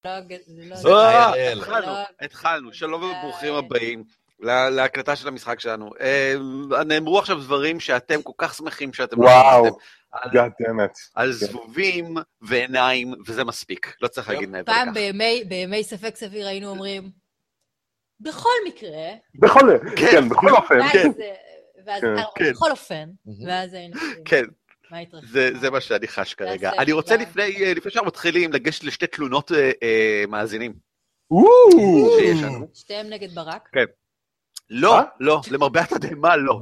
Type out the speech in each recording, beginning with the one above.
התחלנו, שלום וברוכים הבאים להקלטה של המשחק שלנו. נאמרו עכשיו דברים שאתם כל כך שמחים שאתם לא שמעתם. על זבובים ועיניים, וזה מספיק, לא צריך להגיד מעבר לכך. פעם בימי ספק סביר היינו אומרים, בכל מקרה... כן, בכל אופן. בכל אופן, ואז היינו... כן. זה מה שאני חש כרגע. אני רוצה לפני שאנחנו מתחילים לגשת לשתי תלונות מאזינים. שיש לנו. שתיהם נגד ברק? כן. לא, למרבה התדהמה לא.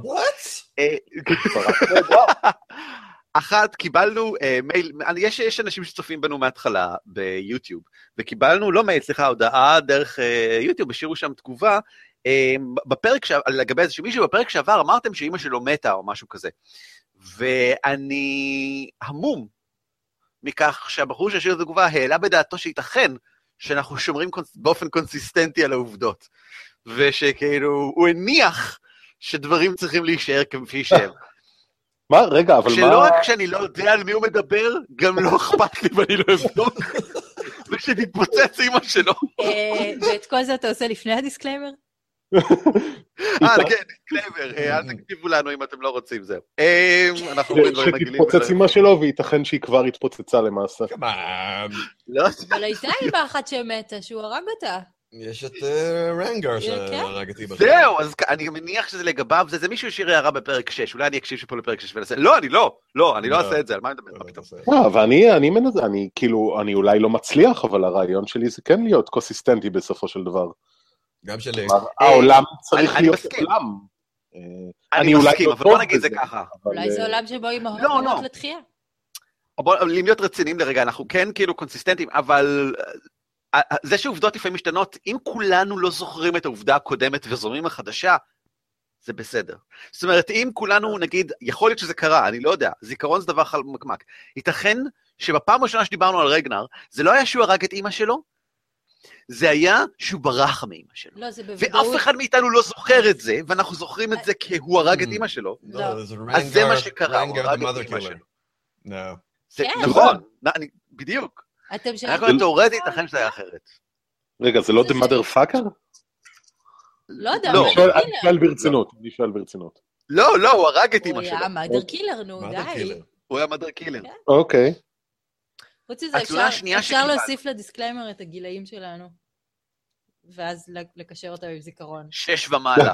אחת, קיבלנו מייל, יש אנשים שצופים בנו מההתחלה ביוטיוב, וקיבלנו, לא מייל, סליחה, הודעה דרך יוטיוב, השאירו שם תגובה, בפרק, לגבי איזשהו מישהו, בפרק שעבר אמרתם שאמא שלו מתה או משהו כזה. ואני המום מכך שהבחור שהשאיר את התגובה העלה בדעתו שייתכן שאנחנו שומרים באופן קונסיסטנטי על העובדות, ושכאילו הוא הניח שדברים צריכים להישאר כפי שהם. מה? רגע, אבל מה... שלא רק שאני לא יודע על מי הוא מדבר, גם לא אכפת לי ואני לא אבדוק, ושתתפוצץ אמא שלו. ואת כל זה אתה עושה לפני הדיסקליימר? כן, דיסקליימר, אל תכתיבו לנו אם אתם לא רוצים, זהו. שתתפוצץ אמא שלו, וייתכן שהיא כבר התפוצצה למעשה. אבל הייתה אמא אחת שמתה, שהוא הרג אותה. יש את רנגר שהרג את אמא שלו. זהו, אז אני מניח שזה לגביו, זה מישהו השאיר הערה בפרק 6, אולי אני אקשיב שפה לפרק 6 ונעשה, לא, אני לא אעשה את זה, על מה מדבר? ואני אולי לא מצליח, אבל הרעיון שלי זה כן להיות קונסיסטנטי בסופו של דבר. גם שלי. העולם צריך להיות עולם. אני מסכים, אבל בוא נגיד זה ככה. אולי זה עולם שבו אמהות עולות לתחייה. אם להיות רציניים לרגע, אנחנו כן כאילו קונסיסטנטים, אבל זה שעובדות לפעמים משתנות, אם כולנו לא זוכרים את העובדה הקודמת וזורמים החדשה, זה בסדר. זאת אומרת, אם כולנו נגיד, יכול להיות שזה קרה, אני לא יודע, זיכרון זה דבר חלמקמק. ייתכן שבפעם הראשונה שדיברנו על רגנר, זה לא היה שהוא הרג את אמא שלו, זה היה שהוא ברח מאמא שלו. לא, זה בוודאות. ואף אחד מאיתנו לא זוכר את זה, ואנחנו זוכרים את זה כי הוא הרג את אמא שלו. לא. אז זה מה שקרה, הוא הרג את אמא שלו. נכון, בדיוק. אנחנו תאורטית, ייתכן שזה היה אחרת. רגע, זה לא the motherfucker? לא יודע, אני שואל ברצינות. לא, הוא הרג את אמא שלו. הוא היה מאדר קילר, נו, די. הוא היה מאדר קילר. אוקיי. חוץ מזה, אפשר להוסיף לדיסקליימר את הגילאים שלנו, ואז לקשר אותם עם זיכרון. 6 ומעלה.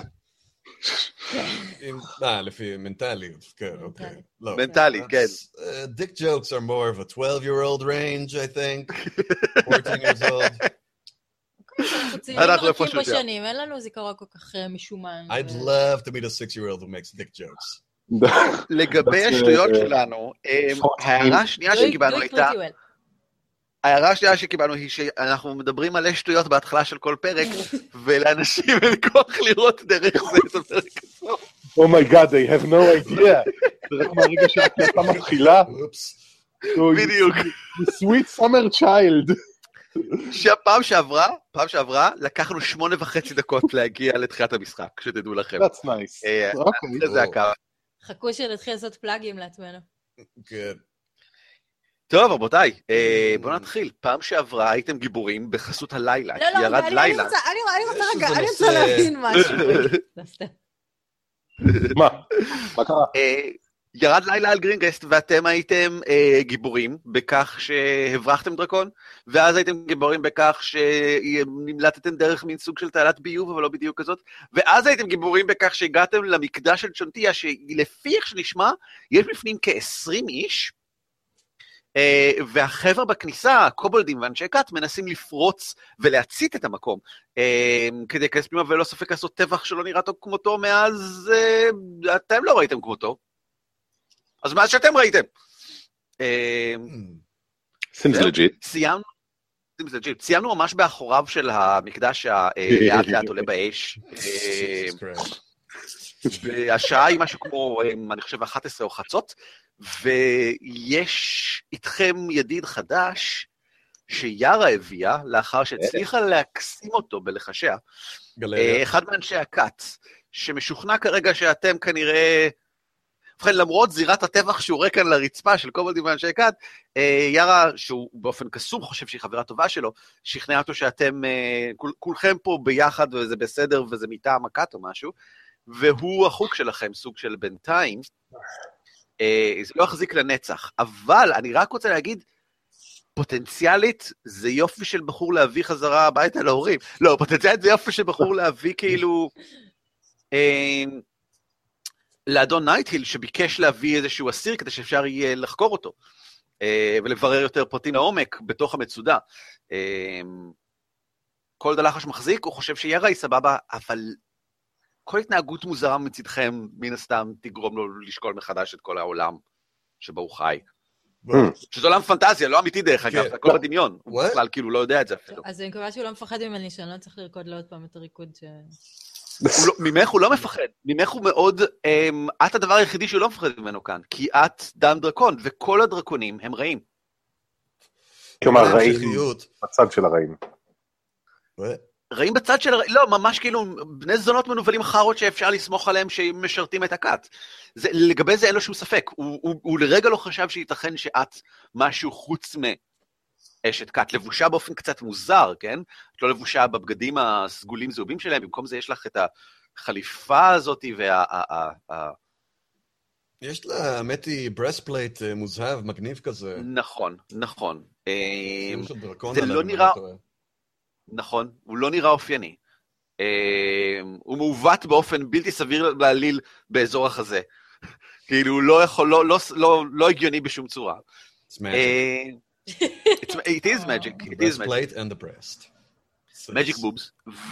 לפי מנטליות, כן, אוקיי. מנטלית, כן. Dick jokes are more of a 12-year-old range, I think. 14 years old. אנחנו צעירים רכים בשנים, אין לנו זיכרון כל כך משומן. I'd love to meet a 6-year-old who makes dick jokes. לגבי השטויות שלנו, ההערה השנייה שקיבלנו הייתה, ההערה השנייה שקיבלנו היא שאנחנו מדברים מלא שטויות בהתחלה של כל פרק, ולאנשים אין כוח לראות דרך זה את הפרק עצמו. Oh my god, they have no idea. זה רק מהרגע שהקלטה מתחילה. בדיוק. Sweet summer child. שהפעם שעברה, לקחנו 8.5 דקות להגיע לתחילת המשחק, שתדעו לכם. That's nice. זה הקו. חכו שנתחיל לעשות פלאגים לעצמנו. כן. טוב, רבותיי, בואו נתחיל. פעם שעברה הייתם גיבורים בחסות הלילה. לא, אני רוצה להבין משהו. מה? מה קרה? ירד לילה על גרינגסט, ואתם הייתם גיבורים בכך שהברחתם דרקון, ואז הייתם גיבורים בכך שנמלטתם דרך מין סוג של תעלת ביוב, אבל לא בדיוק כזאת, ואז הייתם גיבורים בכך שהגעתם למקדש של צ'ונטיה, שלפי איך שנשמע, יש בפנים כ-20 איש, והחבר'ה בכניסה, הקובולדים ואנשי קאט, מנסים לפרוץ ולהצית את המקום, כדי להיכנס פנימה ולא ספק לעשות טבח שלא נראה טוב כמותו, מאז אתם לא ראיתם כמותו. אז מה שאתם ראיתם? Seems legit. סיימנו ממש באחוריו של המקדש שהלאט לאט עולה באש. והשעה היא משהו כמו, אני חושב, 11 או חצות, ויש איתכם ידיד חדש שיארה הביאה, לאחר שהצליחה להקסים אותו בלחשע. אחד מאנשי הקאט, שמשוכנע כרגע שאתם כנראה... ובכן, למרות זירת הטבח שהוא רואה כאן לרצפה של קובלדים ואנשי כת, יארה, שהוא באופן קסום חושב שהיא חברה טובה שלו, שכנע אותו שאתם, כולכם פה ביחד וזה בסדר וזה מטעם הכת או משהו, והוא החוק שלכם, סוג של בינתיים, זה לא יחזיק לנצח, אבל אני רק רוצה להגיד, פוטנציאלית זה יופי של בחור להביא חזרה הביתה להורים. לא, פוטנציאלית זה יופי של בחור להביא כאילו לאדון נייטהיל שביקש להביא איזשהו אסיר כדי שאפשר יהיה לחקור אותו ולברר יותר פרטים לעומק בתוך המצודה. כל דלחש מחזיק, הוא חושב שיארה היא סבבה, אבל כל התנהגות מוזרה מצדכם מן הסתם תגרום לו לשקול מחדש את כל העולם שבו הוא חי. שזה עולם פנטזיה, לא אמיתי דרך אגב, הכל בדמיון, הוא בכלל כאילו לא יודע את זה אפילו. אז אני מקווה שהוא לא מפחד ממני, שאני לא צריך לרקוד לו עוד פעם את הריקוד ש... ממך הוא לא מפחד, ממך הוא מאוד, את הדבר היחידי שהוא לא מפחד ממנו כאן, כי את דם דרקון, וכל הדרקונים הם רעים. כלומר, רעים בצד של הרעים. רעים בצד של הרעים, לא, ממש כאילו, בני זונות מנובלים חרות שאפשר לסמוך עליהם שהם משרתים את הכת. לגבי זה אין לו שום ספק, הוא לרגע לא חשב שייתכן שאת משהו חוץ מאשת כת, לבושה באופן קצת מוזר, כן? את לא לבושה בבגדים הסגולים זהובים שלהם, במקום זה יש לך את החליפה הזאת יש לה, מתי, ברספלייט מוזהב, מגניב כזה. נכון, נכון. זה לא נראה... נכון, הוא לא נראה אופייני. הוא מעוות באופן בלתי סביר להליל באזור החזה. כאילו, הוא לא יכול, לא הגיוני בשום צורה. It's magic. It is magic. The breastplate and the breast. Magic boobs.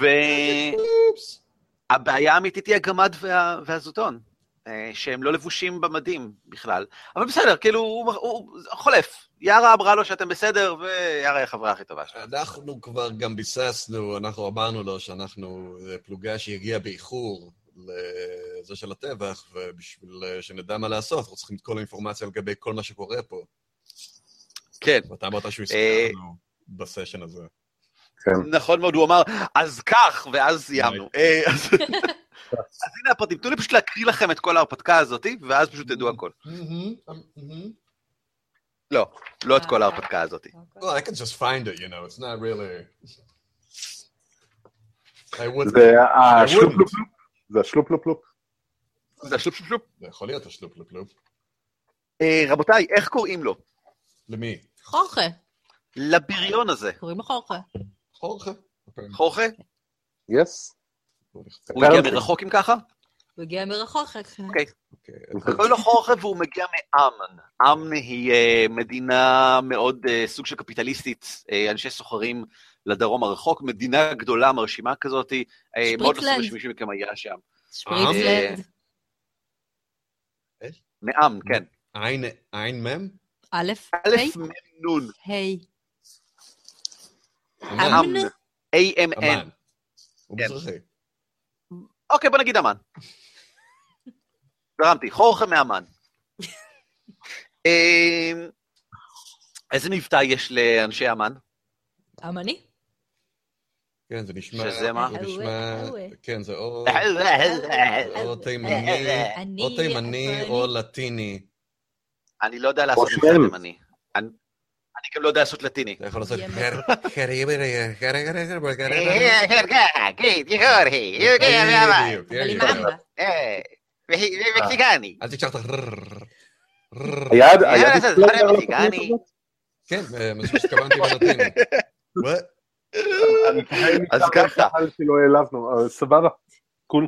והבעיה האמיתית היא הגמד והזוטון, שהם לא לבושים במדים בכלל. אבל בסדר, כאילו, הוא חולף. יארה אמרה לו שאתם בסדר, ויארה היא החברה הכי טובה שלנו. אנחנו כבר גם ביססנו, אנחנו אמרנו לו שאנחנו פלוגה שהגיעה באיחור לזה של הטבח, ובשביל שנדע מה לעשות, אנחנו צריכים את כל האינפורמציה לגבי כל מה שקורה פה. כן. ואתה אמרת שהוא יספר לנו בסשן הזה. נכון מאוד, הוא אמר, אז כך, ואז סיימנו. אז הנה הפרטים, תנו לי פשוט להקריא לכם את כל ההרפתקה הזאת, ואז פשוט תדעו הכל. לא, לא את כל ההרפתקה הזאת. Well, I can just find it, you know, it's not really... זה השלופ-לופ-לופ. זה השלופ-לופ-לופ. זה השלופ-לופ-לופ. זה יכול להיות השלופ-לופ-לופ. רבותיי, איך קוראים לו? למי? חורכה. לבריון הזה. קוראים לו חורכה. חורכה. חורכה? יס. הוא הגיע מרחוק אם ככה? הוא הגיע מרחוק. אוקיי. קוראים לו חורכה והוא מגיע מאמן. אמן היא מדינה מאוד סוג של קפיטליסטית, אנשי סוחרים לדרום הרחוק, מדינה גדולה מרשימה כזאת, מאוד לא סוג שמישהו מכם היה שם. שפריצלנד. מאמן, כן. עין מם? א', מם נון. היי. אמן. A-M-N. הוא מזרחי. אוקיי, בוא נגיד אמן. זרמתי, חורכה מאמן. איזה מבטא יש לאנשי אמן? אמני? כן, זה נשמע... שזה מה? זה נשמע... כן, זה או תימני או לטיני. אני לא יודע לעשות מבטא תימני. אני גם לא יודע לעשות לטיני. אתה יכול לעשות... מקסיקני. אל תקשר את היד מקסיקני. כן, משהו שקבנתי בלטיני. אז ככה. שלא העלבנו, סבבה, קול.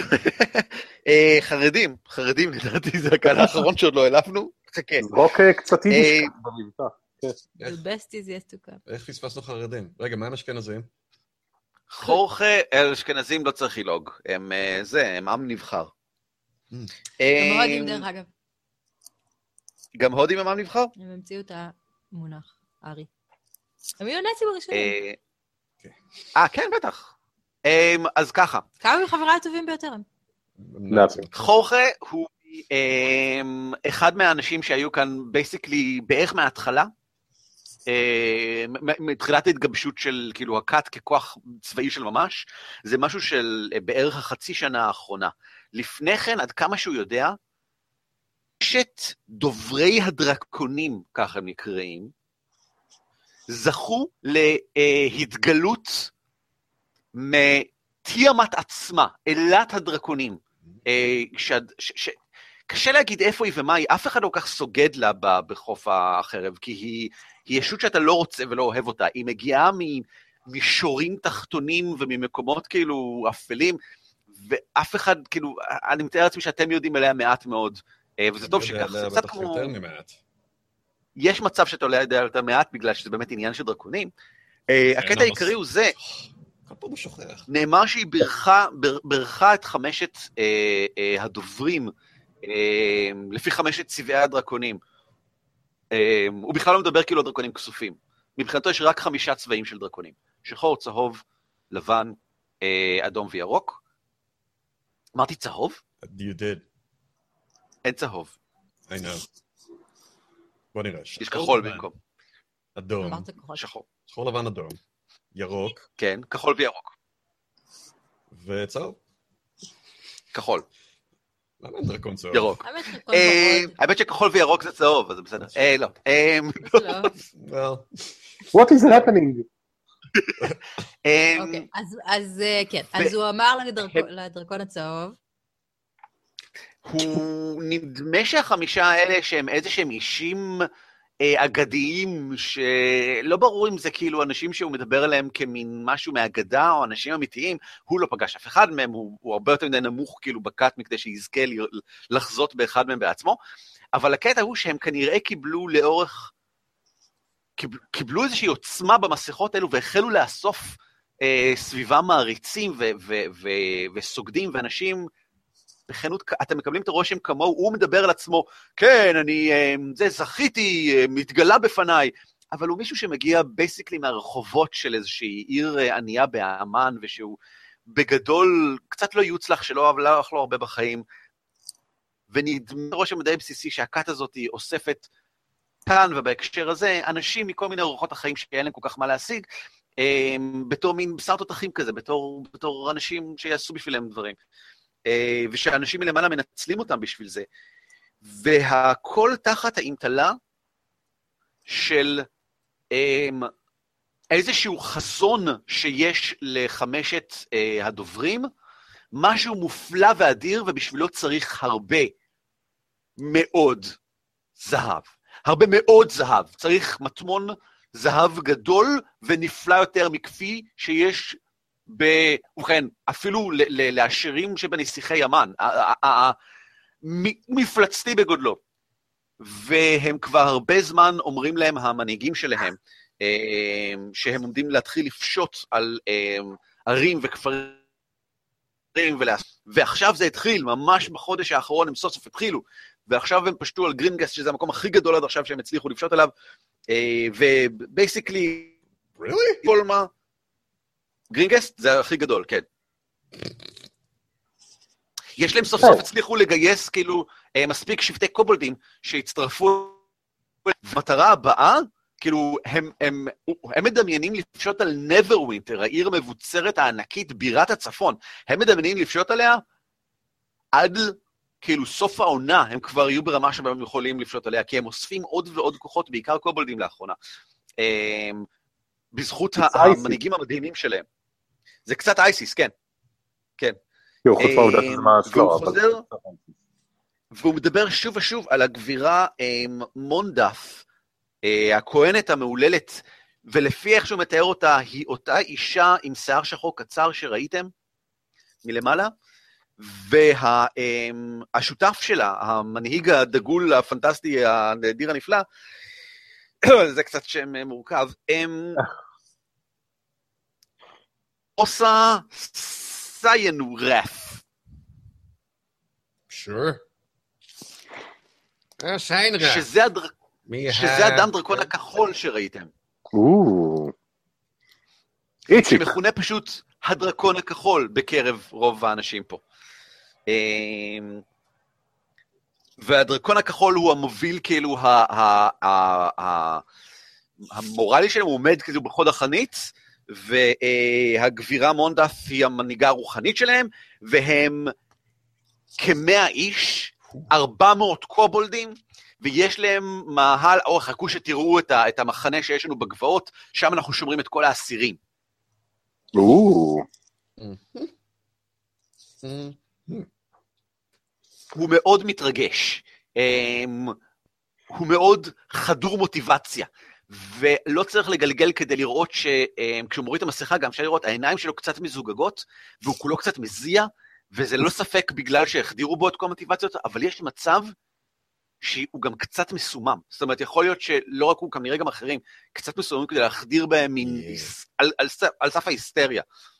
חרדים, לדעתי זה הקהל האחרון שעוד לא העלבנו. חכה. זרוק קצת יידיש במבטא. The best is yet to come. איך פספסנו חרדים? רגע, מה הם אשכנזים? חורכה, אשכנזים לא צריך ללוג. הם עם נבחר. גם הודים דרך אגב. גם הודים הם עם נבחר? הם המציאו את המונח, ארי. הם היו נאצים הראשונים. כן, בטח. אז ככה. כמה מחבריי הטובים ביותר הם? חורכה הוא אחד מהאנשים שהיו כאן בייסיקלי בערך מההתחלה, מתחילת ההתגבשות של כאילו הכת ככוח צבאי של ממש, זה משהו של בערך החצי שנה האחרונה. לפני כן, עד כמה שהוא יודע, דוברי הדרקונים, כך הם נקראים, זכו להתגלות מתיאמת עצמה, אלת הדרקונים. קשה להגיד איפה היא ומה היא, אף אחד לא כך סוגד לה בחוף החרב, כי היא ישות שאתה לא רוצה ולא אוהב אותה, היא מגיעה ממישורים תחתונים וממקומות כאילו אפלים, ואף אחד, כאילו, אני מתאר לעצמי שאתם יודעים עליה מעט מאוד, וזה טוב שכך, זה קצת כמו... יש מצב שאתה עולה יודע יותר מעט, בגלל שזה באמת עניין של דרקונים. הקטע העיקרי הוא זה, נאמר שהיא ברכה את 5 הדוברים, לפי 5 צבעי הדרקונים. הוא בכלל לא מדבר כאילו דרקונים כסופים. מבחינתו יש רק 5 צבעים של דרקונים. שחור, צהוב, לבן, אדום וירוק. אמרתי צהוב? You did. אין צהוב. I know. בוא נראה. יש כחול במקום. אדום. שחור. שחור לבן אדום. ירוק. כן, כחול וירוק. וצהוב. כחול. למה אין דרקון צהוב? ירוק. האמת שכחול וירוק זה צהוב, אז זה בסדר. לא. What is happening? אוקיי, אז כן. אז הוא אמר לדרקון הצהוב. הוא נדמה שה5 האלה שהם איזה שהם אישים אגדיים, שלא ברור אם זה כאילו אנשים שהוא מדבר עליהם כמין משהו מהאגדה, או אנשים אמיתיים, הוא לא פגש אף אחד מהם, הוא הרבה יותר נמוך כאילו בקט, מכדי שיזכה לחזות באחד מהם בעצמו, אבל הקטע הוא שהם כנראה קיבלו איזושהי עוצמה במסכות האלו, והחלו לאסוף סביבם מעריצים וסוגדים, ואנשים, בכנות, אתם מקבלים את הרושם כמוהו, הוא מדבר על עצמו, כן, אני זכיתי, מתגלה בפניי, אבל הוא מישהו שמגיע בייסיקלי מהרחובות של איזושהי עיר ענייה באמן, ושהוא בגדול קצת לא יוצלח, שלא הלך לו הרבה בחיים, ונדמה רושם די בסיסי שהכת הזאת היא אוספת כאן, ובהקשר הזה, אנשים מכל מיני אורחות החיים שאין להם כל כך מה להשיג, בתור מין בשר תותחים כזה, בתור אנשים שיעשו בשבילם דברים. ושאנשים מלמעלה מנצלים אותם בשביל זה, והכל תחת האמתלה של איזשהו חזון שיש ל5 הדוברים, משהו מופלא ואדיר, ובשבילו צריך הרבה מאוד זהב. הרבה מאוד זהב. צריך מטמון זהב גדול ונפלא יותר מכפי שיש ובכן, אפילו לעשירים שבנסיכי ימן, מפלצתי בגודלו, והם כבר הרבה זמן אומרים להם, המנהיגים שלהם, שהם עומדים להתחיל לפשוט על ערים וכפרים, ועכשיו זה התחיל, ממש בחודש האחרון הם סוף סוף התחילו, ועכשיו הם פשטו על גרינגסט, שזה המקום הכי גדול עד עכשיו שהם הצליחו לפשוט עליו, ובייסיקלי, כל מה, גרינגסט זה הכי גדול, כן. יש להם סוף סוף הצליחו לגייס כאילו מספיק שבטי קובולדים שהצטרפו למטרה הבאה, כאילו הם מדמיינים לפשוט על נברווינטר, העיר המבוצרת הענקית, בירת הצפון, הם מדמיינים לפשוט עליה עד כאילו סוף העונה, הם כבר יהיו ברמה שבה הם יכולים לפשוט עליה, כי הם אוספים עוד ועוד כוחות, בעיקר קובולדים לאחרונה, בזכות המנהיגים המדהימים שלהם. זה קצת אייסיס, כן. כן. והוא חוזר, והוא מדבר שוב ושוב על הגבירה מונדף, הכהנת המעוללת, ולפי איך שהוא מתאר אותה, היא אותה אישה עם שיער שחור קצר שראיתם מלמעלה, והשותף שלה, המנהיג הדגול הפנטסטי, הנדיר הנפלא, זה קצת שם מורכב, עושה סיינורף. Sure. שזה אדם דרקון הכחול שראיתם. שמכונה פשוט הדרקון הכחול בקרב רוב האנשים פה. והדרקון הכחול הוא המוביל כאילו המורלי שלהם, הוא עומד כאילו בחוד החנית, והגבירה מונדף היא המנהיגה הרוחנית שלהם, והם כ100 איש 400 קובולדים, ויש להם מאהל, או חכו שתראו את המחנה שיש לנו בגבעות, שם אנחנו שומרים את כל האסירים. הוא מאוד מתרגש, הוא מאוד חדור מוטיבציה, ולא צריך לגלגל כדי לראות שכשהוא מוריד את המסכה, גם אפשר לראות, העיניים שלו קצת מזוגגות, והוא כולו קצת מזיע, וזה לא ספק בגלל שהחדירו בו את כל המוטיבציות, אבל יש מצב שהוא גם קצת מסומם. זאת אומרת, יכול להיות שלא רק הוא, כנראה גם אחרים, קצת מסוממים כדי להחדיר בהם על סף ההיסטריה.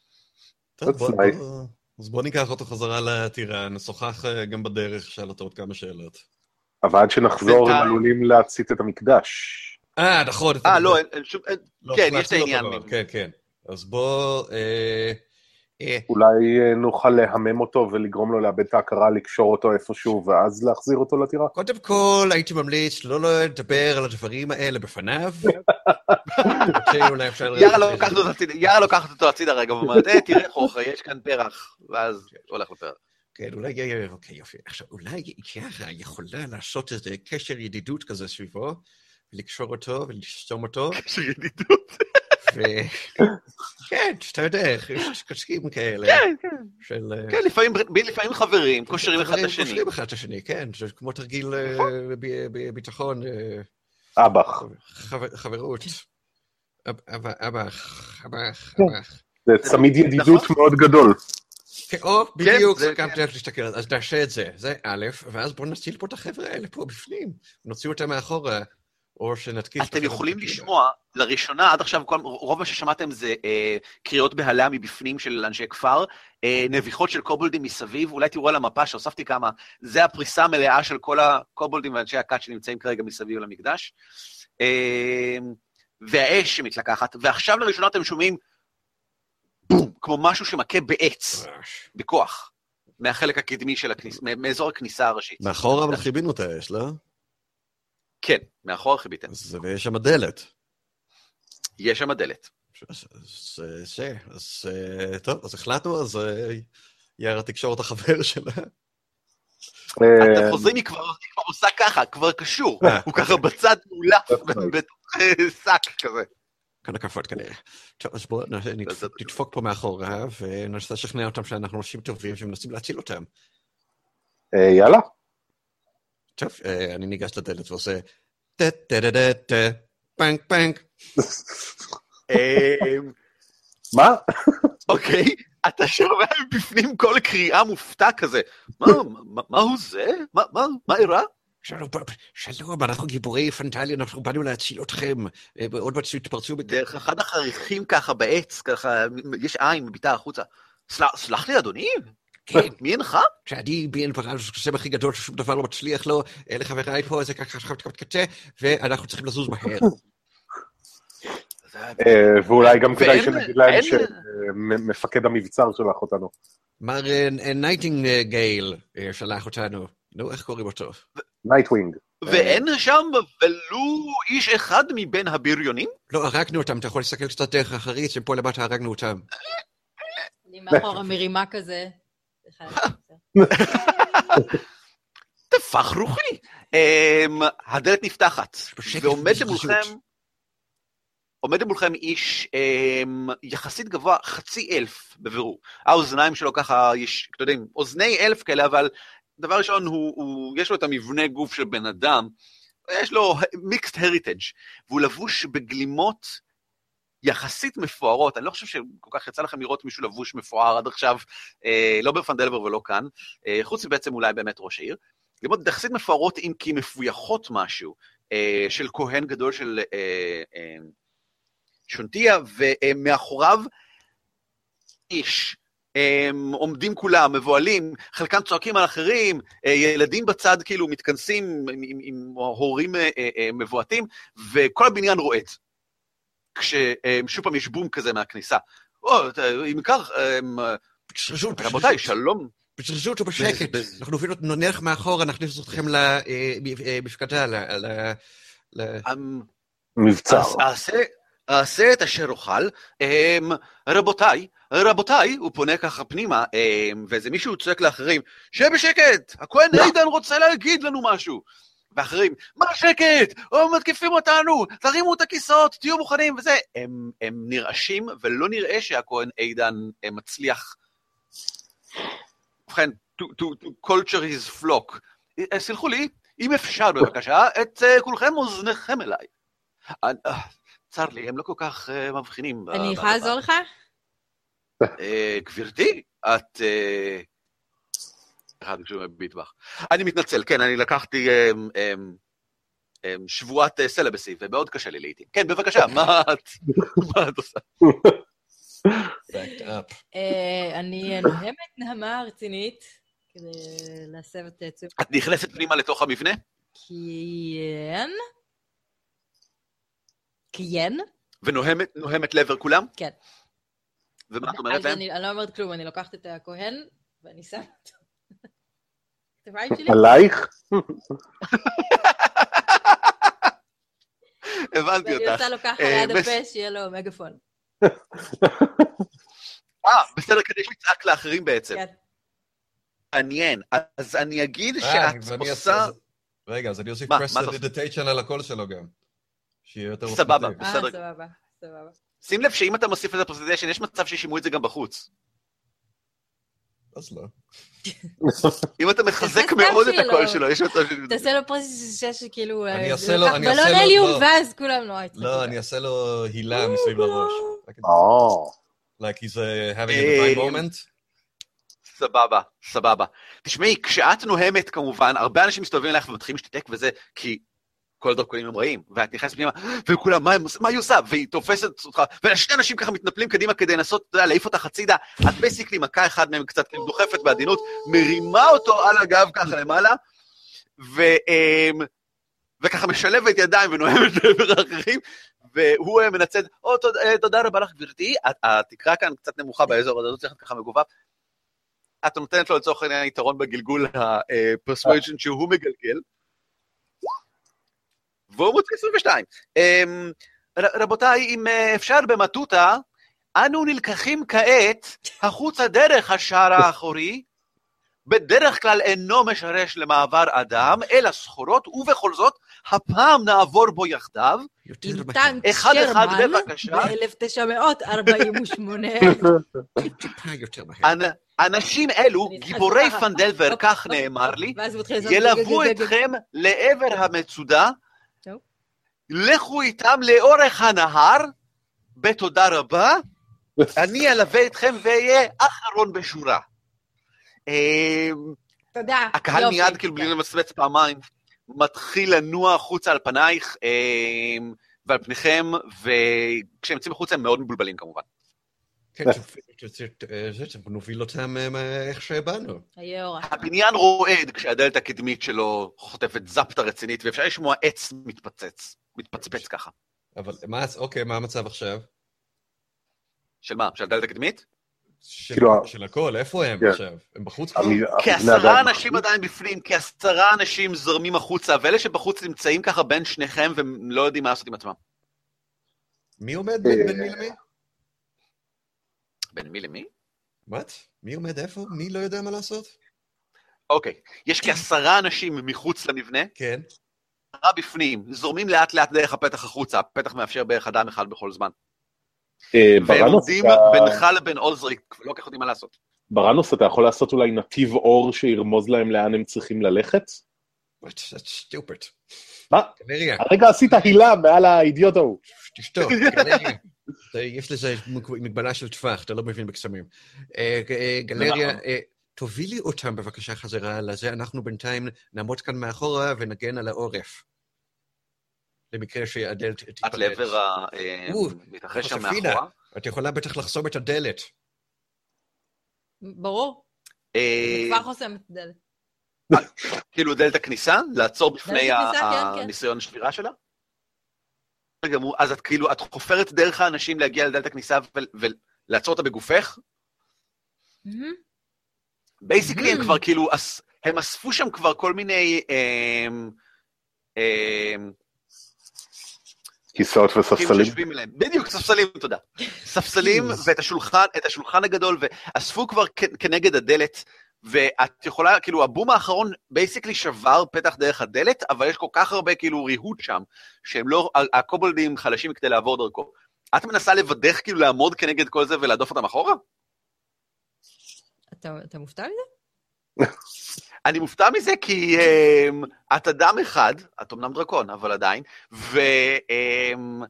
אז בוא ניקח אותו חזרה לטירה, נשוחח גם בדרך, שאל אותו עוד כמה שאלות. אבל עד שנחזור, הם עלולים להצית את המקדש. נכון. לא, כן, יש את העניין. כן. אז בוא... אולי נוכל להמם אותו ולגרום לו לאבד את ההכרה, לקשור אותו איפשהו, ואז להחזיר אותו לטירה? קודם כל, הייתי ממליץ לא לדבר על הדברים האלה בפניו. יארה לוקחת אותו הצידה רגע, ואומרת, תראה חוכה, יש כאן פרח, ואז הולך לפרח. כן, אוקיי, יופי. עכשיו, אולי יארה יכולה לעשות איזה קשר ידידות כזה סביבו, ולקשור אותו ולשתום אותו. קשר ידידות. כן, אתה יודע, יש קשקים כאלה. כן, לפעמים חברים, קושרים אחד את השני. קושרים אחד את השני, כן, זה כמו תרגיל ביטחון. אבח. חברות. אבח. זה צמיד ידידות מאוד גדול. בדיוק, זה גם דרך להסתכל, אז נעשה את זה, זה א', ואז בואו נציל פה את החבר'ה האלה פה בפנים, נוציא אותם מאחורה. אתם יכולים לשמוע, לראשונה, עד עכשיו, רוב מה ששמעתם זה קריאות בהלה מבפנים של אנשי כפר, נביחות של קובולדים מסביב, אולי תראו על המפה שהוספתי כמה, זה הפריסה המלאה של כל הקובולדים ואנשי הכת שנמצאים כרגע מסביב למקדש, והאש שמתלקחת, ועכשיו לראשונה אתם שומעים, כמו משהו שמכה בעץ, בכוח, מהחלק הקדמי של הכניסה, מאזור הכניסה הראשית. מאחורה אבל חיבינו את האש, לא? כן, מאחור חיביתם. ויש שם דלת. יש שם דלת. אז טוב, אז החלטנו, אז יארה תקשור את החבר שלה. אתם חוזרים, היא כבר עושה ככה, כבר קשור. הוא ככה בצד מעולף, בתוך שק כזה. כאן הכפות כנראה. טוב, אז בואו נדפוק פה מאחורה, וננסה לשכנע אותם שאנחנו אנשים טובים שמנסים להציל אותם. יאללה. טוב, אני ניגש לדלת ועושה טה-טה-טה-טה, פנק, פנק. מה? אוקיי, אתה שומע בפנים כל קריאה מופתע כזה. מה הוא זה? מה אירע? שלום, אנחנו גיבורי פנטליה, אנחנו באנו להציל אתכם. עוד מעט שתפרצו דרך אחד החריכים ככה בעץ, ככה, יש עין מביטה החוצה. סלח לי, אדוני? כן. מי אינך? שאני בין הסם הכי גדול ששום דבר לא מצליח לו, אלה חבריי פה, זה ככה קטה, ואנחנו צריכים לזוז מהר. ואולי גם כדאי שנגיד להם שמפקד המבצר שלח אותנו. מר נייטינגייל שלח אותנו. נו, איך קוראים אותו? נייטווינג. ואין שם ולו איש אחד מבין הבריונים? לא, הרגנו אותם, אתה יכול להסתכל קצת דרך אחרית, שפה למטה הרגנו אותם. אני מאחור המרימה כזה. תפח רוחי. הדלת נפתחת, ועומד מולכם איש יחסית גבוה, 50,000 בבירור. האוזניים שלו ככה, אתם יודעים, אוזני 1,000 כאלה, אבל דבר ראשון, יש לו את המבנה גוף של בן אדם, יש לו mixed heritage, והוא לבוש בגלימות יחסית מפוארות. אני לא חושב שכל כך יצא לכם לראות מישהו לבוש מפואר עד עכשיו, לא בפנדלבר ולא כאן, חוץ מבעצם אולי באמת ראש העיר, גלימות יחסית מפוארות אם כי מפויחות משהו, של כהן גדול של שונטיה, ומאחוריו איש, עומדים כולם, מבועלים, חלקם צועקים על אחרים, ילדים בצד כאילו מתכנסים עם הורים מבועטים, וכל הבניין רועד. כששוב פעם יש בום כזה מהכניסה. אם כך, רבותיי, שלום. פשרשו אותו בשקט, אנחנו נלך מאחור, אנחנו נכנס אתכם למפקדה, מבצר. אעשה את אשר אוכל. רבותיי, הוא פונה ככה פנימה, ואיזה מישהו צועק לאחרים, שבשקט, הכהן אידן רוצה להגיד לנו משהו. ואחרים, מה שקט? מתקיפים אותנו, תרימו את הכיסאות, תהיו מוכנים, וזה. הם נרעשים, ולא נראה שהכהן אידן מצליח. ובכן, to culture his flock. סלחו לי, אם אפשר בבקשה, את כולכם אוזניכם אליי. צר לי, הם לא כל כך מבחינים. אני יכולה לעזור לך? גברתי, את... אני מתנצל, כן, אני לקחתי שבועת סלבסי, ומאוד קשה לי לעתים. כן, בבקשה, מה את עושה? אני נהמת נהמה רצינית, כדי להסב את תשומת. את נכנסת פנימה לתוך המבנה? כן. ונוהמת לעבר כולם? כן. ומה את אומרת להם? אני לא אומרת כלום, אני לוקחת את הכהן, ואני שם אותו. עלייך? הבנתי אותך. ואני עושה לו ככה ליד הפה, שיהיה לו מגפון. בסדר, כדי שיצעק לאחרים בעצם. כן. מעניין. אז אני אגיד שאת עושה... רגע, אז אני אוסיף prestidigitation על הקול שלו גם. שיהיה יותר אופנטיבי. סבבה, בסדר. סבבה. שים לב שאם אתה מוסיף לזה prestidigitation, יש מצב שישימו את זה גם בחוץ. אז לא. אם אתה מחזק מאוד את הקול שלו, יש מצב ש... תעשה לו פרסטידיג'יישן שכאילו... אני אעשה לו... בלון הליום, ואז כולם לא יצחקו. לא, אני אעשה לו הילה מסביב לראש. Like he's having a divine moment. סבבה. תשמעי, כשאת נוהמת כמובן, הרבה אנשים מסתובבים אליך ומתחילים להשתתק וזה, כי כל דרכונים הם רעים, ואת נכנסת פנימה, וכולם, מה היא עושה? והיא תופסת אותך, ושני אנשים ככה מתנפלים קדימה כדי לנסות, אתה יודע, להעיף אותך הצידה, את בייסיקלי מכה אחד מהם קצת דוחפת בעדינות, מרימה אותו על הגב ככה למעלה, וככה משלבת ידיים ונוהמת לעבר האחרים, והוא מנצד, תודה רבה לך גברתי, התקרה כאן קצת נמוכה באזור, אז לא צריך ככה מגובב, את נותנת לו לצורך העניין יתרון בגלגול הפרסוויז'ן שהוא מגלגל, והוא מוצא 22. רבותיי, אם אפשר במטוטה, אנו נלקחים כעת החוצה דרך השער האחורי, בדרך כלל אינו משרש למעבר אדם, אלא סחורות, ובכל זאת, הפעם נעבור בו יחדיו. עם טנק אחד שרמן בבקשה. ב-1948. אנשים אלו, גיבורי פנדלבר, כך נאמר לי, ילוו אתכם לעבר המצודה, לכו איתם לאורך הנהר, בתודה רבה, אני אלווה אתכם ואהיה אחרון בשורה. תודה. הקהל מיד, כאילו בלי למצמץ פעמיים, מתחיל לנוע החוצה על פנייך ועל פניכם, וכשהם יוצאים החוצה הם מאוד מבולבלים כמובן. כן, נוביל אותם איך שבאנו. הבניין רועד כשהדלת הקדמית שלו חוטפת זפטה רצינית, ואפשר לשמוע עץ מתפצפץ ככה. אבל אוקיי, מה המצב עכשיו? של מה? של הדלת הקדמית? של הכל, איפה הם עכשיו? הם בחוץ כבר? כ10 אנשים עדיין בפנים, כ10 אנשים זורמים החוצה, ואלה שבחוץ נמצאים ככה בין שניכם, והם לא יודעים מה לעשות עם עצמם. מי עומד בין מי למי? בין מי למי? מה? מי עומד איפה? מי לא יודע מה לעשות? אוקיי, יש כ10 אנשים מחוץ למבנה. כן. 10 בפנים, זורמים לאט לאט דרך הפתח החוצה, הפתח מאפשר בערך אדם אחד בכל זמן. והם עומדים בינך לבין עוזריק, ולא כך יודעים מה לעשות. ברנוס, אתה יכול לעשות אולי נתיב אור שירמוז להם לאן הם צריכים ללכת? That's stupid. מה? הרגע עשית הילה מעל האידיוט ההוא. תשתוק, יש לזה מגבלה של טווח, אתה לא מבין בקסמים. גלריה, תובילי אותם בבקשה חזרה לזה, אנחנו בינתיים נעמוד כאן מאחורה ונגן על העורף. למקרה שהדלת תתפלט. את לעבר מתרחש שם מאחורה? את יכולה בטח לחסום את הדלת. ברור. אני כבר חוסם את הדלת. כאילו דלת הכניסה? לעצור בפני הניסיון השבירה שלה? אז את כאילו, את חופרת דרך האנשים להגיע לדלת הכניסה ולעצור אותה בגופך? בייסיקלי הם כבר כאילו, הם אספו שם כבר כל מיני כיסאות וספסלים. בדיוק, ספסלים, תודה. ספסלים ואת השולחן הגדול, ואספו כבר כנגד הדלת, ואת יכולה, כאילו, הבום האחרון בייסיקלי שבר פתח דרך הדלת, אבל יש כל כך הרבה כאילו ריהוט שם, שהם לא, הקובלדים חלשים כדי לעבור דרכו. את מנסה לבדך כאילו לעמוד כנגד כל זה ולהדוף אותם אחורה? אתה מופתע מזה? אני מופתע מזה כי את אדם אחד, את אמנם דרקון, אבל עדיין, והם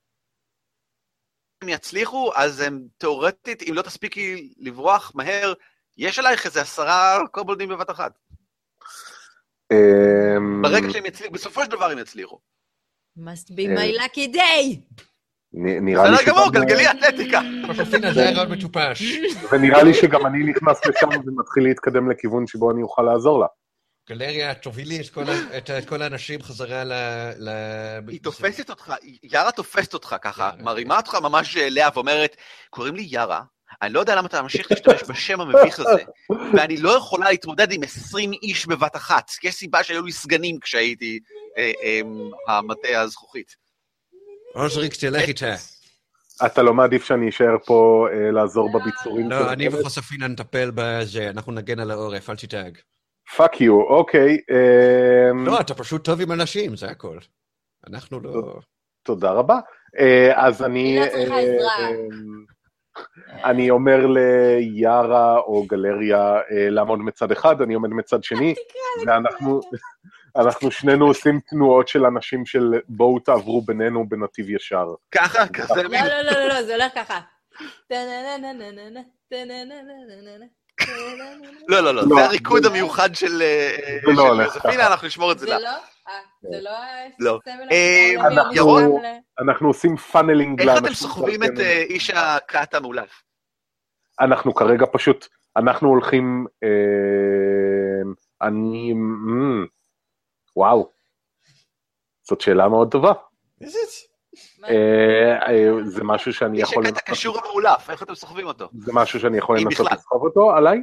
יצליחו, אז הם תיאורטית, אם לא תספיקי לברוח מהר, יש עלייך איזה 10 קובלדים בבת אחת. ברגע שהם יצליחו, בסופו של דבר הם יצליחו. must be my lucky day! נראה לי גמור, גלגלי אתלטיקה. זה הרעיון מטופש. ונראה לי שגם אני נכנס לשם ומתחיל להתקדם לכיוון שבו אני אוכל לעזור לה. גלריה, תובילי את כל האנשים חזרה ל... היא תופסת אותך, ירה תופסת אותך ככה, מרימה אותך ממש אליה ואומרת, קוראים לי ירה, אני לא יודע למה אתה ממשיך להשתמש בשם המביך הזה, ואני לא יכולה להתמודד עם 20 איש בבת אחת, כי יש סיבה שהיו לי סגנים כשהייתי המטה הזכוכית. עוזריק, תלך איתה. אתה לא מעדיף שאני אשאר פה לעזור בביצורים? לא, אני וחוספינה נטפל בזה, אנחנו נגן על העורף, אל תתאג. פאק יו, אוקיי. לא, אתה פשוט טוב עם אנשים, זה הכל. אנחנו לא... תודה רבה. אז אני לא צריכה עזרה. אני אומר ליארה או גלריה לעמוד מצד אחד, אני עומד מצד שני, ואנחנו שנינו עושים תנועות של אנשים של בואו תעברו בינינו בנתיב ישר. ככה? כזה? לא, זה הולך ככה. לא, זה הריקוד המיוחד של יוזפינה, אנחנו נשמור את זה לה. זה לא. אנחנו עושים פאנלינג לאנשים. איך אתם סוחבים את איש הקאט המאולף? אנחנו כרגע פשוט, אנחנו הולכים, וואו, זאת שאלה מאוד טובה. זה משהו שאני יכול... איש הקאט הקשור המאולף, איך אתם סוחבים אותו? זה משהו שאני יכול לנסות לסחוב אותו עליי?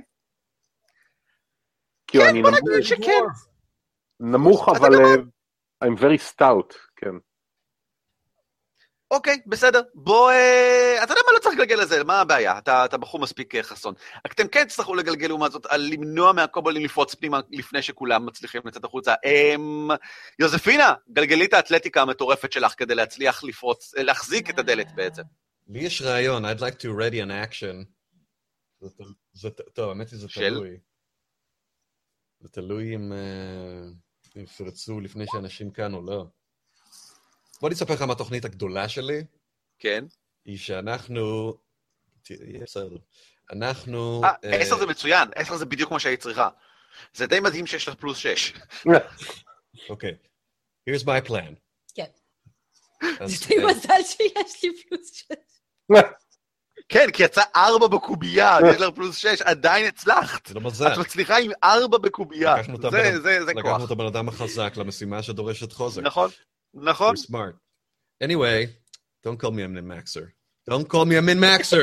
כן, בוא נגיד שכן. נמוך, אבל I'm very stout, כן. אוקיי, בסדר. בוא, אתה יודע מה, לא צריך לגלגל לזה, מה הבעיה? אתה בחור מספיק חסון. אתם כן תצטרכו לגלגל לעומת זאת, על למנוע מהקובלים לפרוץ פנימה לפני שכולם מצליחים לצאת החוצה. יוזפינה, גלגלי את האתלטיקה המטורפת שלך כדי להצליח לפרוץ, להחזיק את הדלת בעצם. לי יש רעיון, I'd like to ready an action. טוב, האמת היא זה תלוי. זה תלוי אם יפרצו לפני שאנשים כאן או לא. בוא נספר לך מה התוכנית הגדולה שלי. כן. היא שאנחנו... בסדר. אנחנו... 10 זה מצוין, 10 זה בדיוק מה שהיא צריכה. זה די מדהים שיש לך פלוס 6. אוקיי. Here's my plan. כן. זה די מזל שיש לי פלוס 6. כן, כי יצא 4 בקובייה, יש לך פלוס 6, עדיין הצלחת. זה לא מזל. את מצליחה עם 4 בקובייה. זה כוח. לקחנו את הבן אדם החזק למשימה שדורשת חוזק. נכון. You're smart. Anyway, don't call me a min-maxer. Don't call me a min-maxer.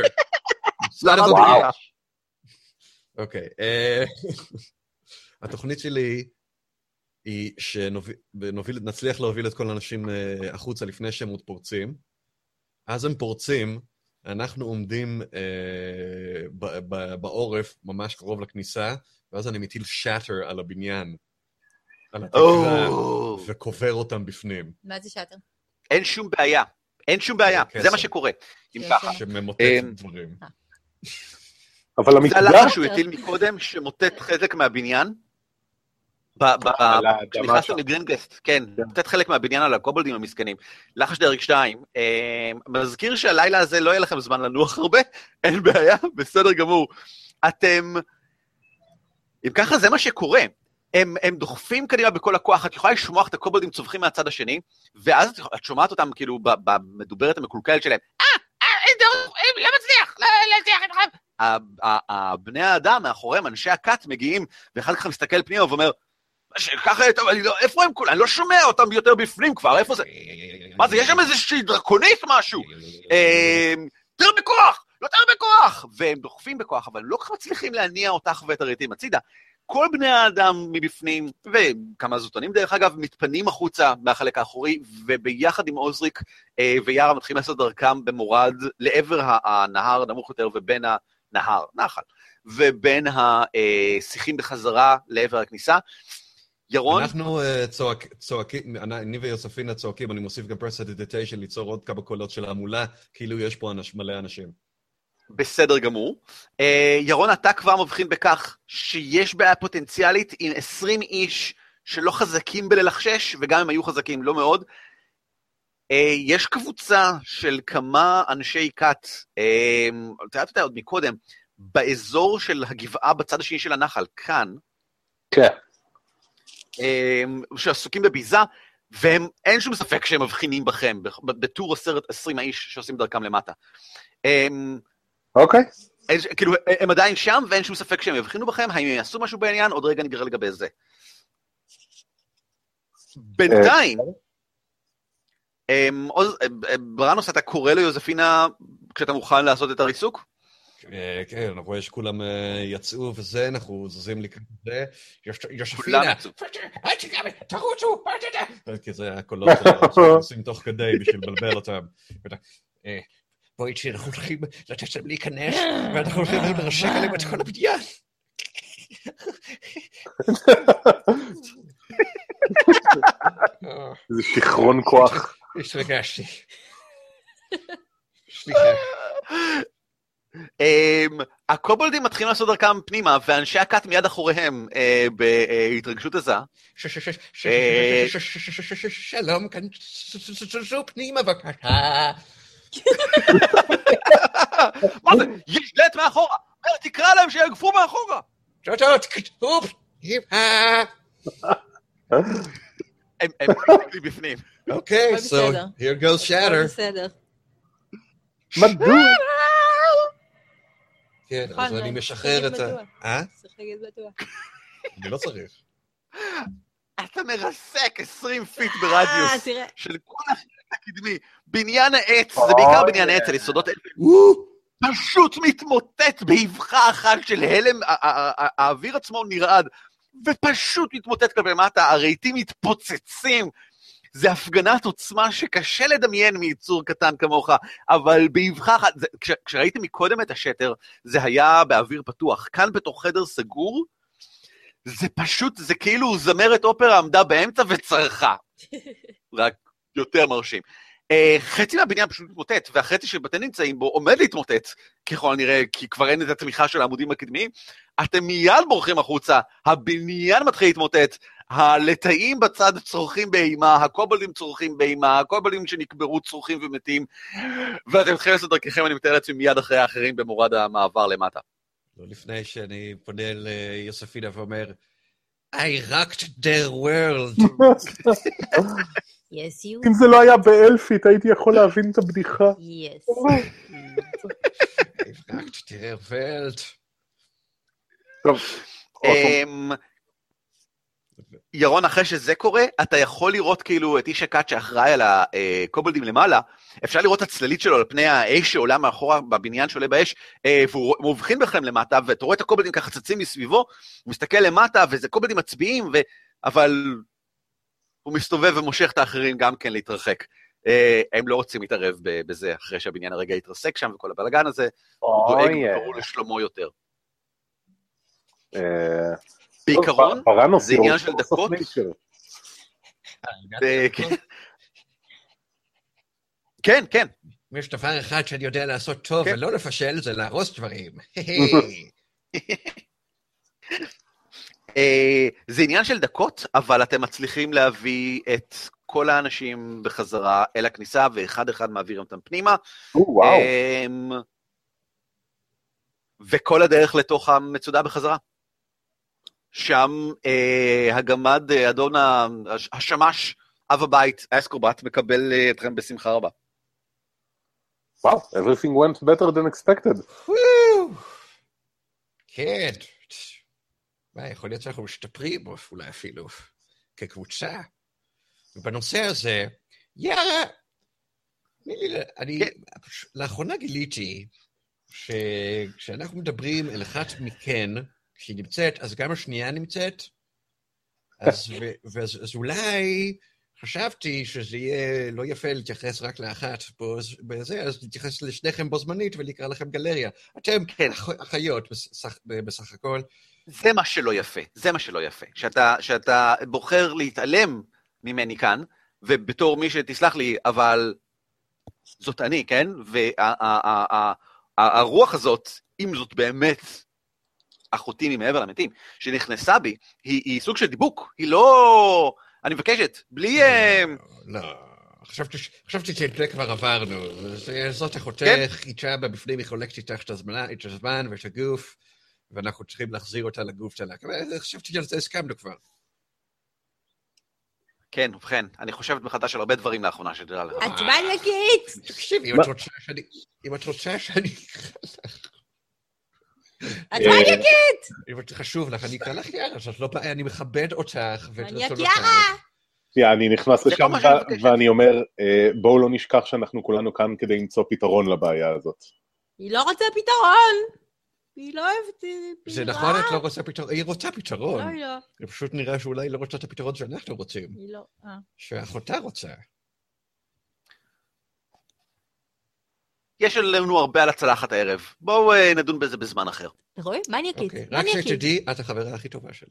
אוקיי. התוכנית שלי היא שנצליח להוביל את כל האנשים החוצה לפני שהם עוד פורצים. אז הם פורצים, אנחנו עומדים בעורף, ממש קרוב לכניסה, ואז אני מטיל shatter על הבניין. על התקרה, וקובר אותם בפנים. מה זה שאטר? אין שום בעיה, זה מה שקורה. אם ככה. שממוטט דברים. אבל המקדש... זה הלחש שהוא הטיל מקודם, שמוטט חלק מהבניין, כשנכנסת לגרינגסט, כן, מוטט חלק מהבניין על הקובלדים המסכנים. לחש דרג 2, מזכיר שהלילה הזה לא יהיה לכם זמן לנוח הרבה, אין בעיה, בסדר גמור. אתם... אם ככה זה מה שקורה, הם דוחפים קדימה בכל הכוח, את יכולה לשמוע את הקובלדים צווחים מהצד השני, ואז את שומעת אותם כאילו במדוברת המקולקלת שלהם, לא מצליח, בני האדם מאחוריהם, אנשי הקאט מגיעים, ואחד ככה מסתכל פנימה ואומר, ככה, איפה הם כולם? אני לא שומע אותם יותר בפנים כבר, איפה זה? מה זה, יש שם איזושהי דרקונית משהו? יותר בכוח, והם דוחפים בכוח, אבל לא כך מצליחים להניע אותך ואת הרהיטים הצידה, כל בני האדם מבפנים, וכמה זוטונים דרך אגב, מתפנים החוצה מהחלק האחורי, וביחד עם עוזריק ויארה מתחילים לעשות דרכם במורד לעבר הנהר נמוך יותר, ובין הנהר, נחל, ובין השיחים בחזרה לעבר הכניסה. ירון? אנחנו צועקים, אני ויוספינה צועקים, אני מוסיף גם פרסדיטיישן, ליצור עוד כמה קולות של העמולה, כאילו יש פה מלא אנשים. בסדר גמור. ירון, אתה כבר מבחין בכך שיש בעיה פוטנציאלית עם 20 איש שלא חזקים בללחשש, וגם הם היו חזקים לא מאוד. יש קבוצה של כמה אנשי קאט, תראה עוד מקודם, באזור של הגבעה בצד השני של הנחל, כאן, כן. שעסוקים בביזה, והם, אין שום ספק שהם מבחינים בכם, בטור 20 האיש שעושים דרכם למטה. אוקיי. כאילו, הם עדיין שם, ואין שום ספק שהם יבחינו בכם, האם הם יעשו משהו בעניין, עוד רגע נגרר לגבי זה. בינתיים, ברנוס, אתה קורא ליוזפינה כשאתה מוכן לעשות את הריסוק? כן, אני רואה שכולם יצאו וזה, אנחנו זזים לקראת זה. יוזפינה, תרוצו, כי זה הקולות שעושים תוך כדי בשביל לבלבל אותם. בואי תשאיר, אנחנו הולכים לתת להם להיכנס, ואנחנו הולכים לרשק עליהם את כל הבניין. זה שכרון כוח. התרגשתי. סליחה. הקובולדים מתחילים לעשות דרכם פנימה, ואנשי הקאט מיד אחוריהם בהתרגשות עזה. שלום, כאן זו פנימה בבקשה. מה זה? יש דלת מאחורה! תקרא להם שיגפו מאחורה! הם בפנים. אוקיי, so here goes shatter. בסדר. מדוע? כן, אז אני משחרר את ה... צריך להגיד בטוח. אני לא צריך. אתה מרסק 20 פיט ברדיוס של כל החלק הקדמי. בניין העץ, זה בעיקר בניין העץ, על יסודות אלפים. פשוט מתמוטט באבחה אחת של הלם, האוויר עצמו נרעד, ופשוט מתמוטט כלפי מטה, הרהיטים מתפוצצים. זה הפגנת עוצמה שקשה לדמיין מייצור קטן כמוך, אבל באבחה אחת, כשראיתי מקודם את השטר, זה היה באוויר פתוח. כאן בתוך חדר סגור, זה פשוט, זה כאילו זמרת אופרה עמדה באמצע וצרחה. רק יותר מרשים. חצי מהבניין פשוט מתמוטט, והחצי שבתי נמצאים בו עומד להתמוטט, ככל הנראה, כי כבר אין את התמיכה של העמודים הקדמיים, אתם מיד בורחים החוצה, הבניין מתחיל להתמוטט, הלטאים בצד צורכים באימה, הקובלדים צורכים באימה, הקובלדים שנקברו צורכים ומתים, ואתם מתחילים לעשות דרככם, אני מתאר לעצמי מיד אחרי האחרים במורד המעבר למטה. לא לפני שאני פונה ליוספינה ואומר, I rocked their world. Yes, you. אם זה לא היה באלפית, הייתי יכול להבין את הבדיחה. Yes. I rocked their world. טוב. ירון, אחרי שזה קורה, אתה יכול לראות כאילו את איש הקאט שאחראי על הקובלדים למעלה, אפשר לראות את הצללית שלו על פני האש שעולה מאחורה בבניין שעולה באש, והוא מבחין בכם למטה, ואתה רואה את הקובלדים ככה צצים מסביבו, הוא מסתכל למטה, וזה קובלדים מצביעים, אבל הוא מסתובב ומושך את האחרים גם כן להתרחק. הם לא רוצים להתערב בזה, אחרי שהבניין הרגע יתרסק שם, וכל הבלגן הזה, דואג וקראו לשלומו יותר. בעיקרון, זה עניין של דקות. כן, כן. יש דבר אחד שאני יודע לעשות טוב ולא לפשל, זה להרוס דברים. זה עניין של דקות, אבל אתם מצליחים להביא את כל האנשים בחזרה אל הכניסה, ואחד אחד מעביר אותם פנימה. וכל הדרך לתוך המצודה בחזרה. שם הגמד, אדון השמש, אב הבית, האסקרובט, מקבל אתכם בשמחה רבה. וואו, everything went better than expected. כן. יכול להיות שאנחנו משתפרים, אולי אפילו כקבוצה. ובנושא הזה, יארה, אני לאחרונה גיליתי שכשאנחנו מדברים אל אחת מכן, כשהיא נמצאת, אז גם השנייה נמצאת, אז אולי חשבתי שזה יהיה לא יפה להתייחס רק לאחת בזה, אז נתייחס לשניכם בו זמנית ולקרא לכם גלריה. אתם אחיות בסך הכל. זה מה שלא יפה, זה מה שלא יפה. שאתה בוחר להתעלם ממני כאן, ובתור מי שתסלח לי, אבל זאת אני, כן? והרוח הזאת, אם זאת באמת אחותי ממעבר למתים, שנכנסה בי, היא סוג של דיבוק, היא לא... אני מבקשת, בלי... לא, חשבתי שאת זה כבר עברנו. זאת אחותך, איתה בפנים, היא חולקת איתך את הזמן ואת הגוף, ואנחנו צריכים להחזיר אותה לגוף שלה. חשבתי שעל זה הסכמנו כבר. כן, ובכן, אני חושבת מחדש על הרבה דברים לאחרונה שתדע לך. את מניאקית! תקשיבי, אם את רוצה שאני... את מניאקית! אם את חשוב לך, אני אקרא לך יארה, שאת לא בעיה, אני מכבד אותך. מניאק יארה! אני נכנס לשם ואני אומר, בואו לא נשכח שאנחנו כולנו כאן כדי למצוא פתרון לבעיה הזאת. היא לא רוצה פתרון! היא לא אוהבת פתרון. זה נכון, את לא רוצה פתרון, היא רוצה פתרון. לא, היא לא. זה פשוט נראה שאולי לא רוצה את הפתרון שאנחנו רוצים. היא לא, שאחותה רוצה. יש לנו הרבה על הצלחת הערב. בואו נדון בזה בזמן אחר. אתה רואה? מניאקית. רק שתדעי, את החברה הכי טובה שלי.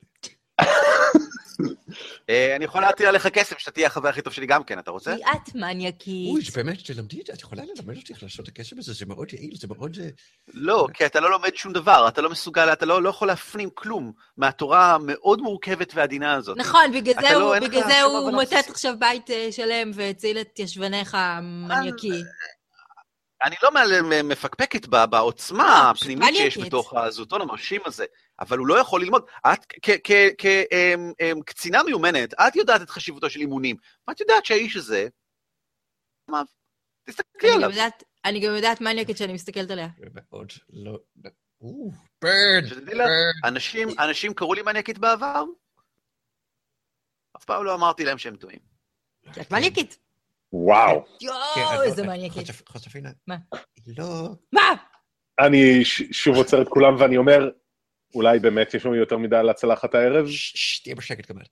אני יכול להטיל עליך כסף, שאתה תהיה החבר הכי טוב שלי גם כן, אתה רוצה? היא את מניאקית. אוי, באמת, תלמדי את זה, את יכולה ללמד אותי איך לעשות את הכסף הזה, זה מאוד יעיל, זה מאוד... לא, כי אתה לא לומד שום דבר, אתה לא מסוגל, אתה לא יכול להפנים כלום מהתורה המאוד מורכבת והעדינה הזאת. נכון, בגלל זה הוא מוצאת עכשיו בית שלם והציל את ישבניך המניאקי. אני לא מפקפקת בעוצמה הפנימית שיש בתוך הזוטון המרשים הזה, אבל הוא לא יכול ללמוד. את, כקצינה מיומנת, את יודעת את חשיבותו של אימונים, ואת יודעת שהאיש הזה, תסתכלי עליו. אני גם יודעת מניאקית שאני מסתכלת עליה. מאוד לא... ברד! אנשים קראו לי מניאקית בעבר? אף פעם לא אמרתי להם שהם טועים. את מניאקית. וואו. יואו, איזה מניאקית. חושפינה. מה? לא. מה? אני שוב עוצר את כולם ואני אומר, אולי באמת יש לנו יותר מדי על הצלחת הערב? תהיה בשקט כמעט.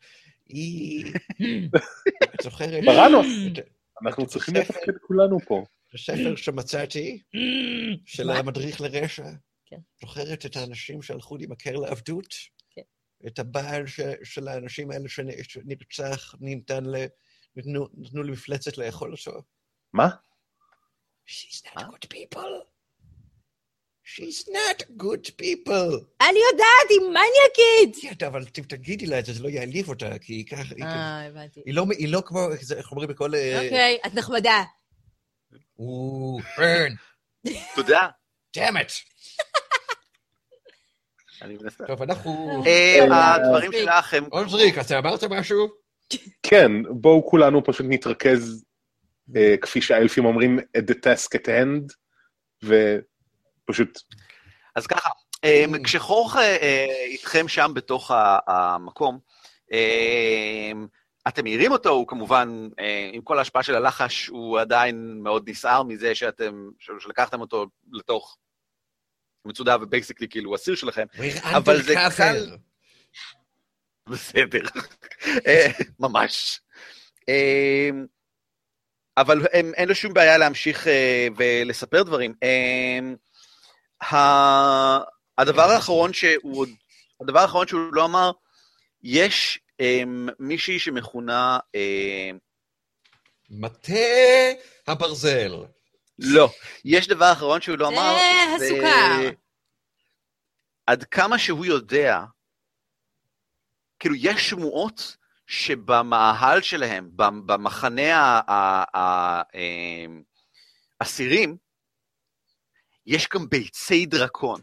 את זוכרת? בראנוס. אנחנו צריכים לתפקד כולנו פה. הספר שמצאתי, של המדריך לרשע. זוכרת את האנשים שהלכו להימכר לעבדות? את הבעל של האנשים האלה שנרצח, נתנו למפלצת לאכול אותו. מה? She's not good people. She's not good people. אני יודעת, היא מניאקית. אבל תגידי לה את זה, זה לא יעליב אותה, כי היא ככה... הבנתי. היא לא כמו, איך אומרים בכל... אוקיי, את נחמדה. ברן. תודה. damn it. אני מנסה. טוב, אנחנו... הדברים שלך הם... עוזריק, אתה אמרת משהו? כן, בואו כולנו פשוט נתרכז, כפי שהאלפים אומרים, at the task at hand, ופשוט... אז ככה, כשחורך איתכם שם בתוך המקום, אתם מעירים אותו, הוא כמובן, עם כל ההשפעה של הלחש, הוא עדיין מאוד נסער מזה שלקחתם אותו לתוך מצודה ובייסיקלי כאילו הוא אסיר שלכם, אבל זה קל... בסדר, ממש. אבל אין לו שום בעיה להמשיך ולספר דברים. הדבר האחרון שהוא לא אמר, יש מישהי שמכונה... מטה הברזל. לא, יש דבר אחרון שהוא לא אמר. זה הסוכר. עד כמה שהוא יודע, כאילו יש שמועות שבמאהל שלהם, במחנה האסירים, יש גם ביצי דרקון.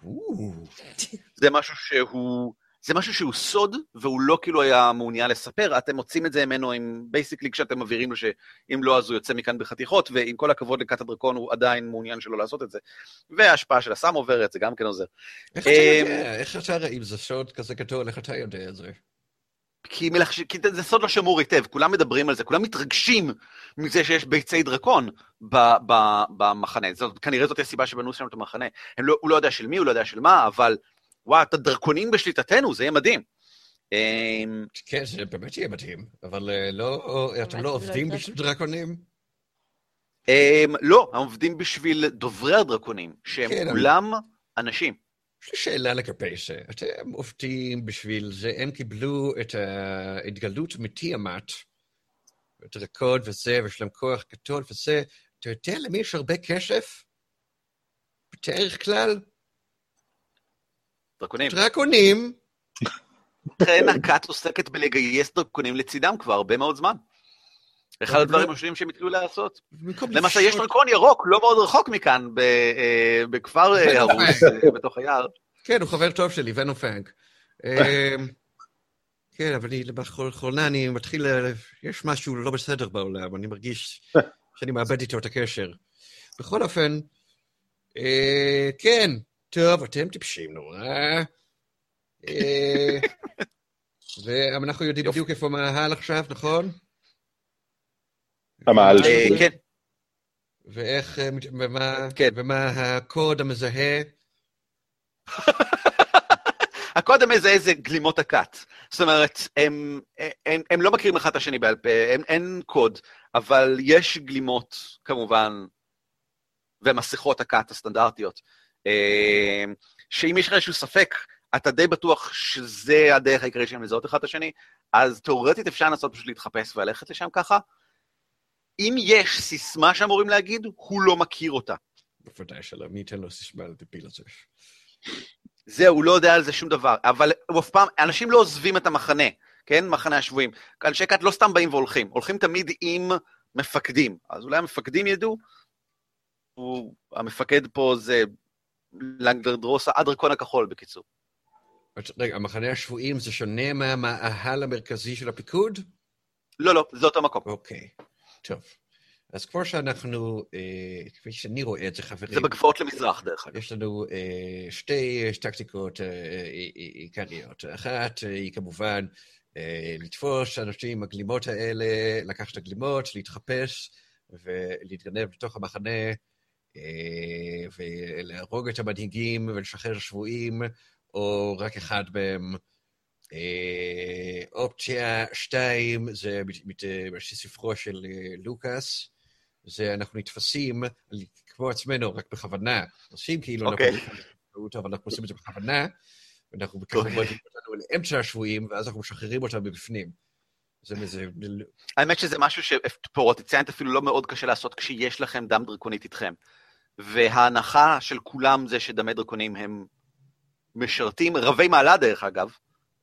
זה משהו שהוא סוד, והוא לא כאילו היה מעוניין לספר, אתם מוצאים את זה ממנו, בייסיקלי כשאתם מבהירים לו שאם לא אז הוא יוצא מכאן בחתיכות, ועם כל הכבוד לכת הדרקון הוא עדיין מעוניין שלא לעשות את זה. וההשפעה של הסם עוברת, זה גם כן עוזר. איך אתה יודע? איך אתה, אם זה סוד כזה גדול, איך אתה יודע את זה? כי זה סוד לא שמור היטב, כולם מדברים על זה, כולם מתרגשים מזה שיש ביצי דרקון במחנה. כנראה זאת הסיבה שבנו שם את המחנה. הוא לא יודע של מי, הוא לא יודע של מה, אבל וואו, את הדרקונים בשליטתנו, זה יהיה מדהים. כן, זה באמת יהיה מדהים, אבל אתם לא עובדים בשביל דרקונים? לא, הם עובדים בשביל דוברי הדרקונים, שהם כולם אנשים. יש לי שאלה לגבי זה. אתם עובדים בשביל זה, הם קיבלו את ההתגלות מתיאמת, את הרקוד וזה, ויש להם כוח גדול וזה. אתה יודע למי יש הרבה כסף? בדרך כלל? דרקונים. לכן הכת עוסקת בלגייס דרקונים לצידם כבר הרבה מאוד זמן. אחד הדברים השונים שהם התחילו לעשות. למעשה יש דרקון ירוק, לא מאוד רחוק מכאן, בכפר הרוס, בתוך היער. כן, הוא חבר טוב שלי, ונו פנק. כן, אבל לאחרונה אני מתחיל, יש משהו לא בסדר בעולם, אני מרגיש שאני מאבד איתו את הקשר. בכל אופן, כן, טוב, אתם טיפשים נורא. ואנחנו יודעים בדיוק איפה מהל עכשיו, נכון? המעל. כן. ואיך, ומה הקוד המזהה? הקוד המזהה זה גלימות הכת. זאת אומרת, הם לא מכירים אחד את השני בעל פה, אין קוד, אבל יש גלימות, כמובן, ומסכות הכת הסטנדרטיות, שאם יש לך איזשהו ספק, אתה די בטוח שזה הדרך העיקרית שלהם לזהות אחד את השני, אז תיאורטית אפשר לנסות פשוט להתחפש וללכת לשם ככה. אם יש סיסמה שאמורים להגיד, הוא לא מכיר אותה. בוודאי שלא, מי ייתן לו סיסמה לטיפיל הזה? זהו, הוא לא יודע על זה שום דבר, אבל אף פעם, אנשים לא עוזבים את המחנה, כן? מחנה השבויים. אנשי כת לא סתם באים והולכים, הולכים תמיד עם מפקדים. אז אולי המפקדים ידעו, המפקד פה זה לנגדרדרוס, הדרקון הכחול בקיצור. רגע, המחנה השבויים זה שונה מהמאהל המרכזי של הפיקוד? לא, זה אותו מקום. אוקיי, טוב. אז כבר שאנחנו, כפי שאני רואה את זה, חברים... זה בגבעות למזרח, דרך אגב. יש לנו שתי טקטיקות עיקריות. אחת היא כמובן לתפוס אנשים עם הגלימות האלה, לקחת את הגלימות, להתחפש ולהתגנב לתוך המחנה, ולהרוג את המנהיגים ולשחרר שבויים, או רק אחד מהם. אופציה 2, זה ספרו של לוקאס, זה אנחנו נתפסים כמו עצמנו, רק בכוונה. עושים כאילו אנחנו אבל אנחנו עושים את זה בכוונה, ואנחנו בכוונה מודיעים אותנו לאמצע השבויים, ואז אנחנו משחררים אותם מבפנים. האמת שזה משהו שפרוטיציינט אפילו לא מאוד קשה לעשות כשיש לכם דם דרקונית איתכם. וההנחה של כולם זה שדמי דרקונים הם משרתים, רבי מעלה דרך אגב,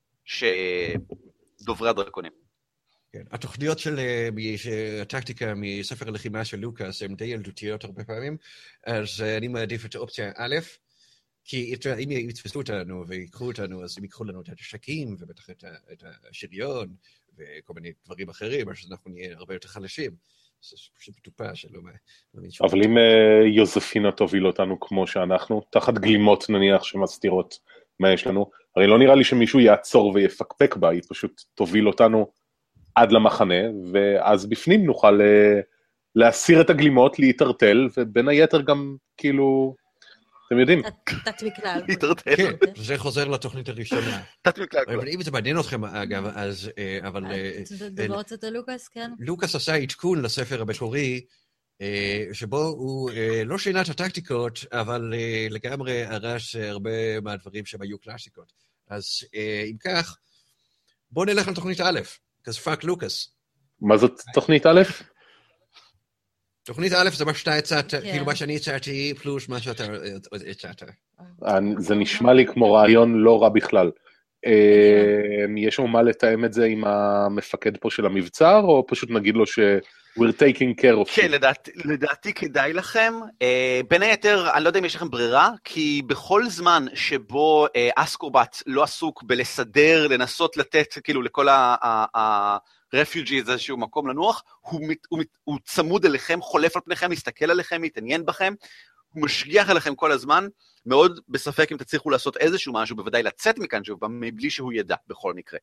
שדוברי הדרקונים. כן, התוכניות של הטקטיקה מספר הלחימה של לוקאס הן די ילדותיות הרבה פעמים, אז אני מעדיף את האופציה א', כי אם יתפסו אותנו ויקחו אותנו, אז הם ייקחו לנו את השקים, ובטח את השריון, וכל מיני דברים אחרים, אז אנחנו נהיה הרבה יותר חלשים. זה פשוט מטופה שלא... אבל אם יוזפינה תוביל אותנו כמו שאנחנו, תחת גלימות נניח שמסתירות מה יש לנו, הרי לא נראה לי שמישהו יעצור ויפקפק בה, היא פשוט תוביל אותנו עד למחנה, ואז בפנים נוכל להסיר את הגלימות, להתרטל, ובין היתר גם כאילו, אתם יודעים. תת-מקלל. להתרטל. כן, זה חוזר לתוכנית הראשונה. תת-מקלל. אבל אם זה מעניין אתכם, אגב, אז... דבר קצת על לוקאס, כן? לוקאס עשה עדכון לספר המקורי, שבו הוא לא שינה את הטקטיקות, אבל לגמרי הרש הרבה מהדברים שהם היו קלאסיקות. אז אם כך, בואו נלך לתוכנית א', כזה פאק לוקאס. מה זאת תוכנית א'? תוכנית א' זה מה שאתה הצעת, כאילו מה שאני הצעתי, פלוס מה שאתה הצעת. זה נשמע לי כמו רעיון לא רע בכלל. יש לנו מה לתאם את זה עם המפקד פה של המבצר, או פשוט נגיד לו we're taking care of it? כן, לדעתי כדאי לכם. בין היתר, אני לא יודע אם יש לכם ברירה, כי בכל זמן שבו אסקורבט לא עסוק בלסדר, לנסות לתת כאילו לכל הרפיוג'יז איזשהו מקום לנוח, הוא צמוד אליכם, חולף על פניכם, מסתכל עליכם, מתעניין בכם, הוא משגיח עליכם כל הזמן, מאוד בספק אם תצליחו לעשות איזשהו משהו, בוודאי לצאת מכאן שוב, מבלי שהוא ידע בכל מקרה.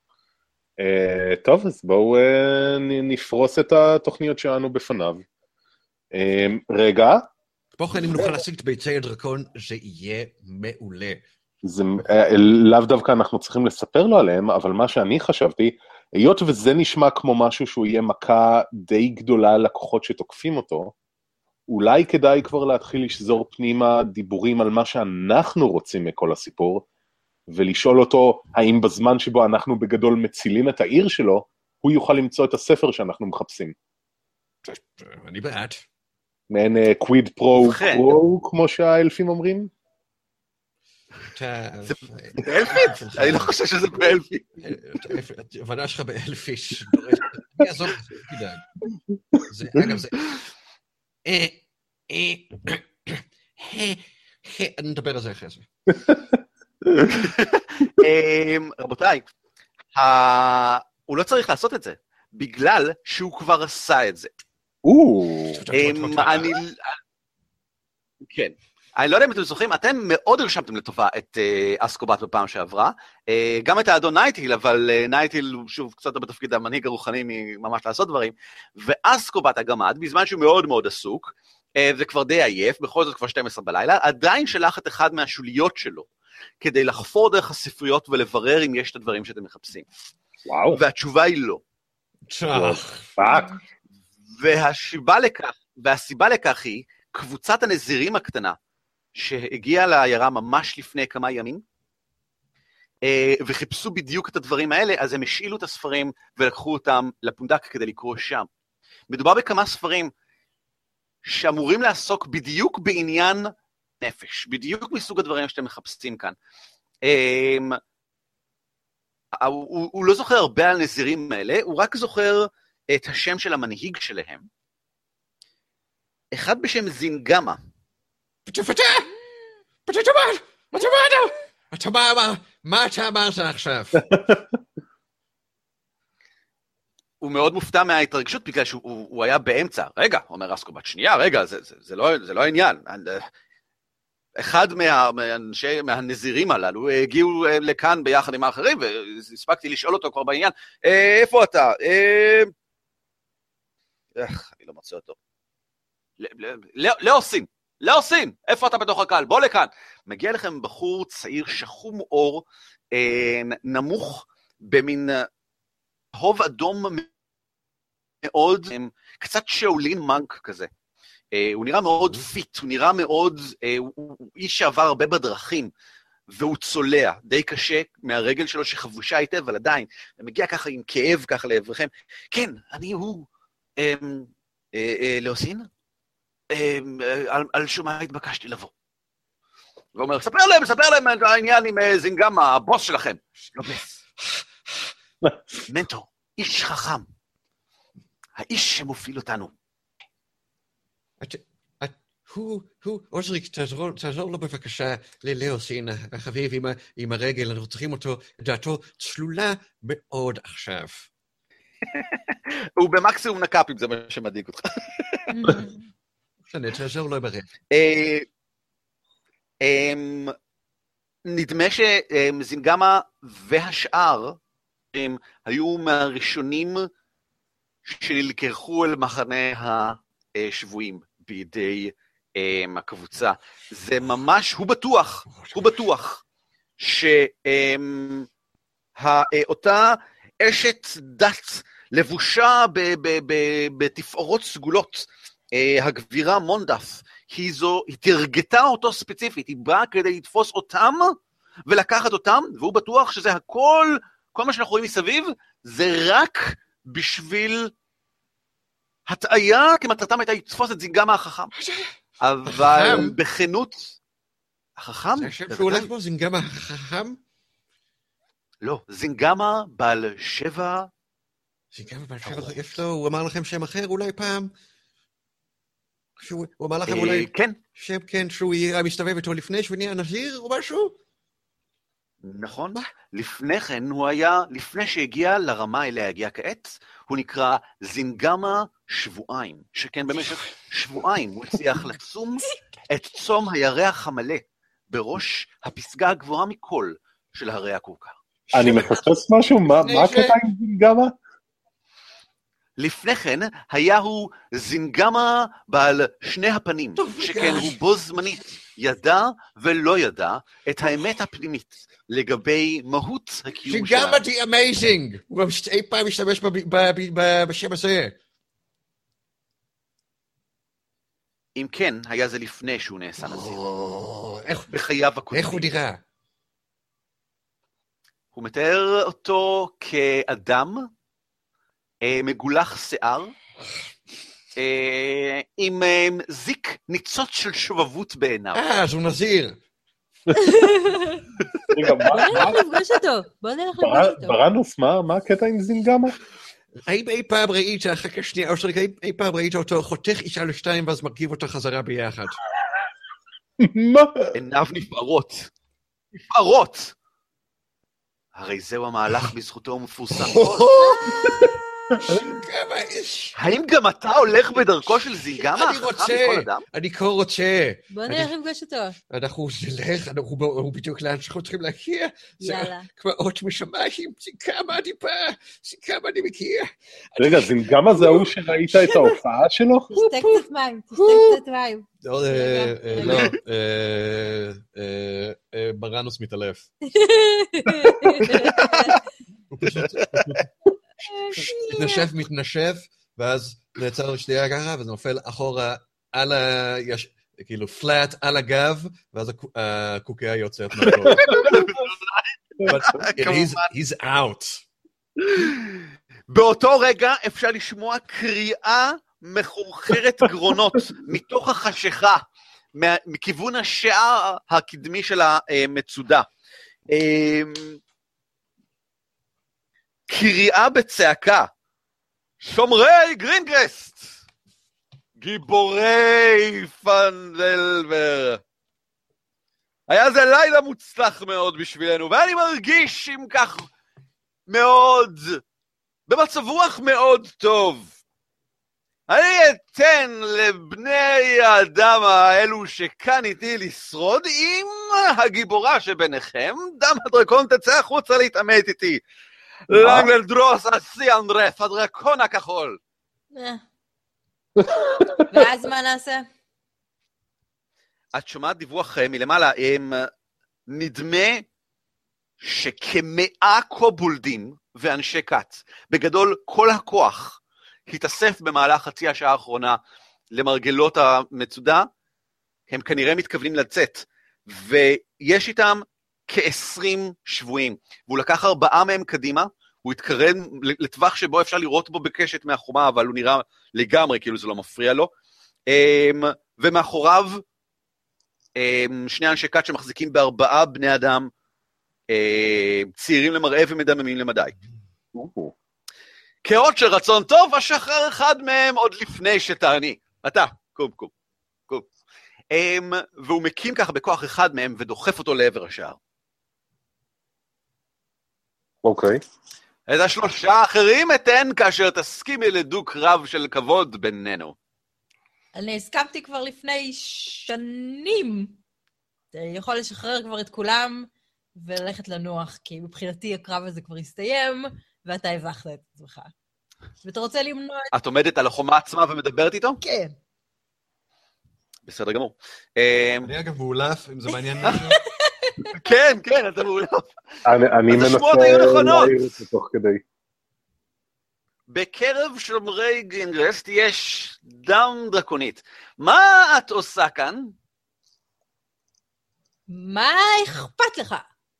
טוב, אז בואו נפרוס את התוכניות שלנו בפניו. רגע. כמו כן, אם נוכל להשיג את ביצי הדרקון, זה יהיה מעולה. זה לאו דווקא אנחנו צריכים לספר לו עליהם, אבל מה שאני חשבתי, היות וזה נשמע כמו משהו שהוא יהיה מכה די גדולה לקוחות שתוקפים אותו, אולי כדאי כבר להתחיל לשזור פנימה דיבורים על מה שאנחנו רוצים מכל הסיפור, ולשאול אותו האם בזמן שבו אנחנו בגדול מצילים את העיר שלו, הוא יוכל למצוא את הספר שאנחנו מחפשים. אני בעד. מעין קוויד פרו קרו, כמו שהאלפים אומרים? זה באלפית? אני לא חושב שזה באלפית. הבנה שלך באלפיש. אני אעזוב את זה, כדאי. אגב, זה... נדבר על זה אחרי זה. רבותיי, הוא לא צריך לעשות את זה, בגלל שהוא כבר עשה את זה. כן. אני לא יודע אם אתם זוכרים, אתם מאוד הרשמתם לטובה את אסקובט בפעם שעברה, גם את האדון נייטיל, אבל נייטיל הוא שוב קצת בתפקיד המנהיג הרוחני ממש לעשות דברים, ואסקובט הגמד, בזמן שהוא מאוד מאוד עסוק, וכבר די עייף, בכל זאת כבר 12 בלילה, עדיין שלח את אחד מהשוליות שלו, כדי לחפור דרך הספריות ולברר אם יש את הדברים שאתם מחפשים. וואו. והתשובה היא לא. והסיבה לכך היא, קבוצת הנזירים הקטנה, שהגיעה לעיירה ממש לפני כמה ימים, וחיפשו בדיוק את הדברים האלה, אז הם השאילו את הספרים ולקחו אותם לפונדק כדי לקרוא שם. מדובר בכמה ספרים שאמורים לעסוק בדיוק בעניין נפש, בדיוק מסוג הדברים שאתם מחפשים כאן. הוא לא זוכר הרבה על נזירים האלה, הוא רק זוכר את השם של המנהיג שלהם. אחד בשם זינגמה. מה אתה אמרת עכשיו? הוא מאוד מופתע מההתרגשות, בגלל שהוא היה באמצע. רגע, אומר אסקובט, שנייה, רגע, זה לא העניין. אחד מהנזירים הללו הגיעו לכאן ביחד עם האחרים, והספקתי לשאול אותו כבר בעניין, איפה אתה? אני לא מוצא אותו. לאוסין, איפה אתה בתוך הקהל? בוא לכאן. מגיע לכם בחור צעיר שחום אור, נמוך, במין הוב אדום מאוד, קצת שאולין מנק כזה. הוא נראה מאוד פיט, הוא נראה מאוד, הוא איש שעבר הרבה בדרכים, והוא צולע, די קשה מהרגל שלו שחבושה היטב, אבל עדיין, ומגיע ככה עם כאב ככה לעברכם. כן, אני הוא, לאוסין? על שום מה התבקשתי לבוא. והוא אומר, ספר להם את העניין עם זינגמה, הבוס שלכם. לא בס. מנטור, איש חכם. האיש שמוביל אותנו. עוזריק, תעזור לו בבקשה ללאוסין, החביב עם הרגל, אנחנו צריכים אותו, דעתו צלולה מאוד עכשיו. הוא במקסימום נקאפים, זה מה שמדאיג אותך. תעזור לו ברגל. נדמה שזינגמה והשאר היו מהראשונים שנלקחו אל מחנה השבויים בידי הקבוצה. זה ממש, הוא בטוח שאותה אשת דת לבושה בתפאורות סגולות, הגבירה מונדף, היא תרגתה אותו ספציפית, היא באה כדי לתפוס אותם ולקחת אותם, והוא בטוח שזה הכל, כל מה שאנחנו רואים מסביב, זה רק בשביל הטעיה, כי מטרתם הייתה לתפוס את זינגמה החכם. אבל בכנות, החכם? זה השם שהוא הולך בו, זינגמה החכם? לא, זינגמה בעל 7... זינגמה בעל 7, יש לו, הוא אמר לכם שם אחר אולי פעם? הוא אמר לכם אולי... כן. שם כן, שהוא יהיה מסתובב איתו לפני שהוא נהיה נזיר או משהו? נכון. לפני כן הוא היה, לפני שהגיע לרמה אליה הגיע כעת, הוא נקרא זינגמה שבועיים, שכן במשך שבועיים הוא הצליח לצום את צום הירח המלא בראש הפסגה הגבוהה מכל של הרי הכורכר. אני מחפש משהו, מה הקטע עם זינגמה? לפני כן היה הוא זינגמה בעל שני הפנים, שכן הוא בו זמנית ידע ולא ידע את האמת הפנימית לגבי מהות הקיום שלה. זינגמה די אמייזינג! הוא אי פעם משתמש בשם הזה. אם כן, היה זה לפני שהוא נעשה נזיר. בחייו הקודמים. איך הוא נראה? הוא מתאר אותו כאדם מגולח שיער, עם זיק ניצוץ של שובבות בעיניו. אז הוא נזיר. רגע, בוא נלך לפגוש אותו. ברנוס, מה הקטע עם זינגמה? האם אי פעם ראית, אחר כך שנייה, אי פעם ראית אותו חותך אישה לשתיים ואז מרכיב אותה חזרה ביחד? מה? עיניו נפערות. נפערות! הרי זהו המהלך בזכותו המפורסם. האם גם אתה הולך בדרכו של זינגמה? אני כה רוצה. בוא נלך לפגוש אותו. אנחנו נלך, הוא בדיוק לאן שאנחנו צריכים להגיע. יאללה. כבר אות משמיים, זינגמה אני בא, זינגמה אני מגיע. רגע, זינגמה זה ההוא שראית את ההופעה שלו? תשתה קצת מים, לא, ברנוס מתעלף. הוא פשוט מתנשף, ואז נעצר לשתייה ככה, וזה נופל אחורה על כאילו פלט על הגב, ואז הקוקייה יוצאת מהכל. But he's out. באותו רגע אפשר לשמוע קריאה מחורחרת גרונות מתוך החשיכה, מכיוון השער הקדמי של המצודה. קריאה בצעקה, שומרי גרינגרסט, גיבורי פנדלבר. היה זה לילה מוצלח מאוד בשבילנו, ואני מרגיש עם כך מאוד, במצב רוח מאוד טוב. אני אתן לבני האדם האלו שכאן איתי לשרוד, אם הגיבורה שביניכם, דם הדרקון, תצא החוצה להתעמת איתי. לנגלדרוס הסיאנדרף, הדרקון הכחול. ואז מה נעשה? את שומעת דיווח מלמעלה, נדמה שכ100 קובולדים ואנשי קאט, בגדול כל הכוח, התאסף במהלך חצי השעה האחרונה למרגלות המצודה, הם כנראה מתכוונים לצאת, ויש איתם כ20 שבויים, והוא לקח 4 מהם קדימה, הוא התקרן לטווח שבו אפשר לראות בו בקשת מהחומה, אבל הוא נראה לגמרי כאילו זה לא מפריע לו, ומאחוריו 2 אנשי קאט שמחזיקים ב4 בני אדם, צעירים למראה ומדממים למדי. כאות של רצון טוב, אשחרר אחד מהם עוד לפני שתעני. אתה, קום. והוא מקים ככה בכוח אחד מהם ודוחף אותו לעבר השער. אוקיי. את 3 האחרים אתן כאשר תסכימי לדוק רב של כבוד בינינו. אני הסכמתי כבר לפני שנים. אתה יכול לשחרר כבר את כולם וללכת לנוח, כי מבחינתי הקרב הזה כבר הסתיים, ואתה הבחת את עצמך. ואתה רוצה למנוע את... את עומדת על החומה עצמה ומדברת איתו? כן. בסדר גמור. אני אגב מאולף, אם זה מעניין משהו. כן, אתה מאולף. אני מנסה להעיר את זה תוך כדי. בקרב שומרי גרינגרסט יש דם דרקונית. מה את עושה כאן? מה אכפת לך?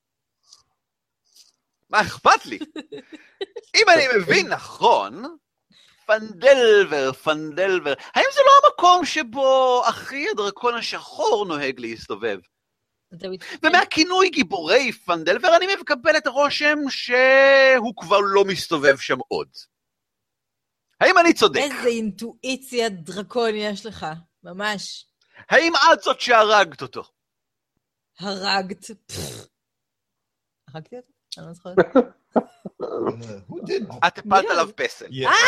מה אכפת לי? אם אני מבין נכון, פנדלבר, האם זה לא המקום שבו אחי הדרקון השחור נוהג להסתובב? ומהכינוי גיבורי פנדלבר אני מקבל את הרושם שהוא כבר לא מסתובב שם עוד. האם אני צודק? איזה אינטואיציה דרקון יש לך, ממש. האם את זאת שהרגת אותו? הרגת. הרגתי אותו? אני לא זוכרת. את הפלת עליו פסל.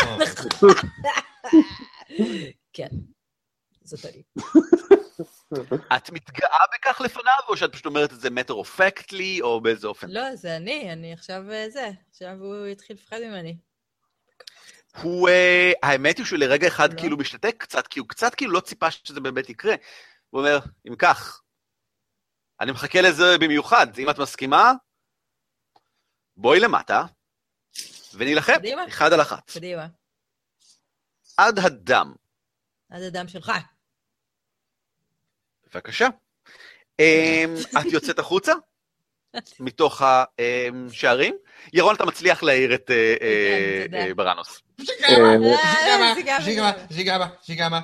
כן, זאת אני. את מתגאה בכך לפניו, או שאת פשוט אומרת את זה matter of factly, או באיזה אופן? לא, זה אני עכשיו זה. עכשיו הוא התחיל לפחד ממני. האמת היא שהוא לרגע אחד לא. כאילו משתתק קצת, כי הוא קצת כאילו לא ציפה שזה באמת יקרה. הוא אומר, אם כך, אני מחכה לזה במיוחד, אם את מסכימה, בואי למטה, ונילחם, קדימה. אחד על אחת. קדימה. עד הדם. עד הדם שלך. בבקשה. את יוצאת החוצה, מתוך השערים. ירון, אתה מצליח להעיר את ברנוס. שיגמה.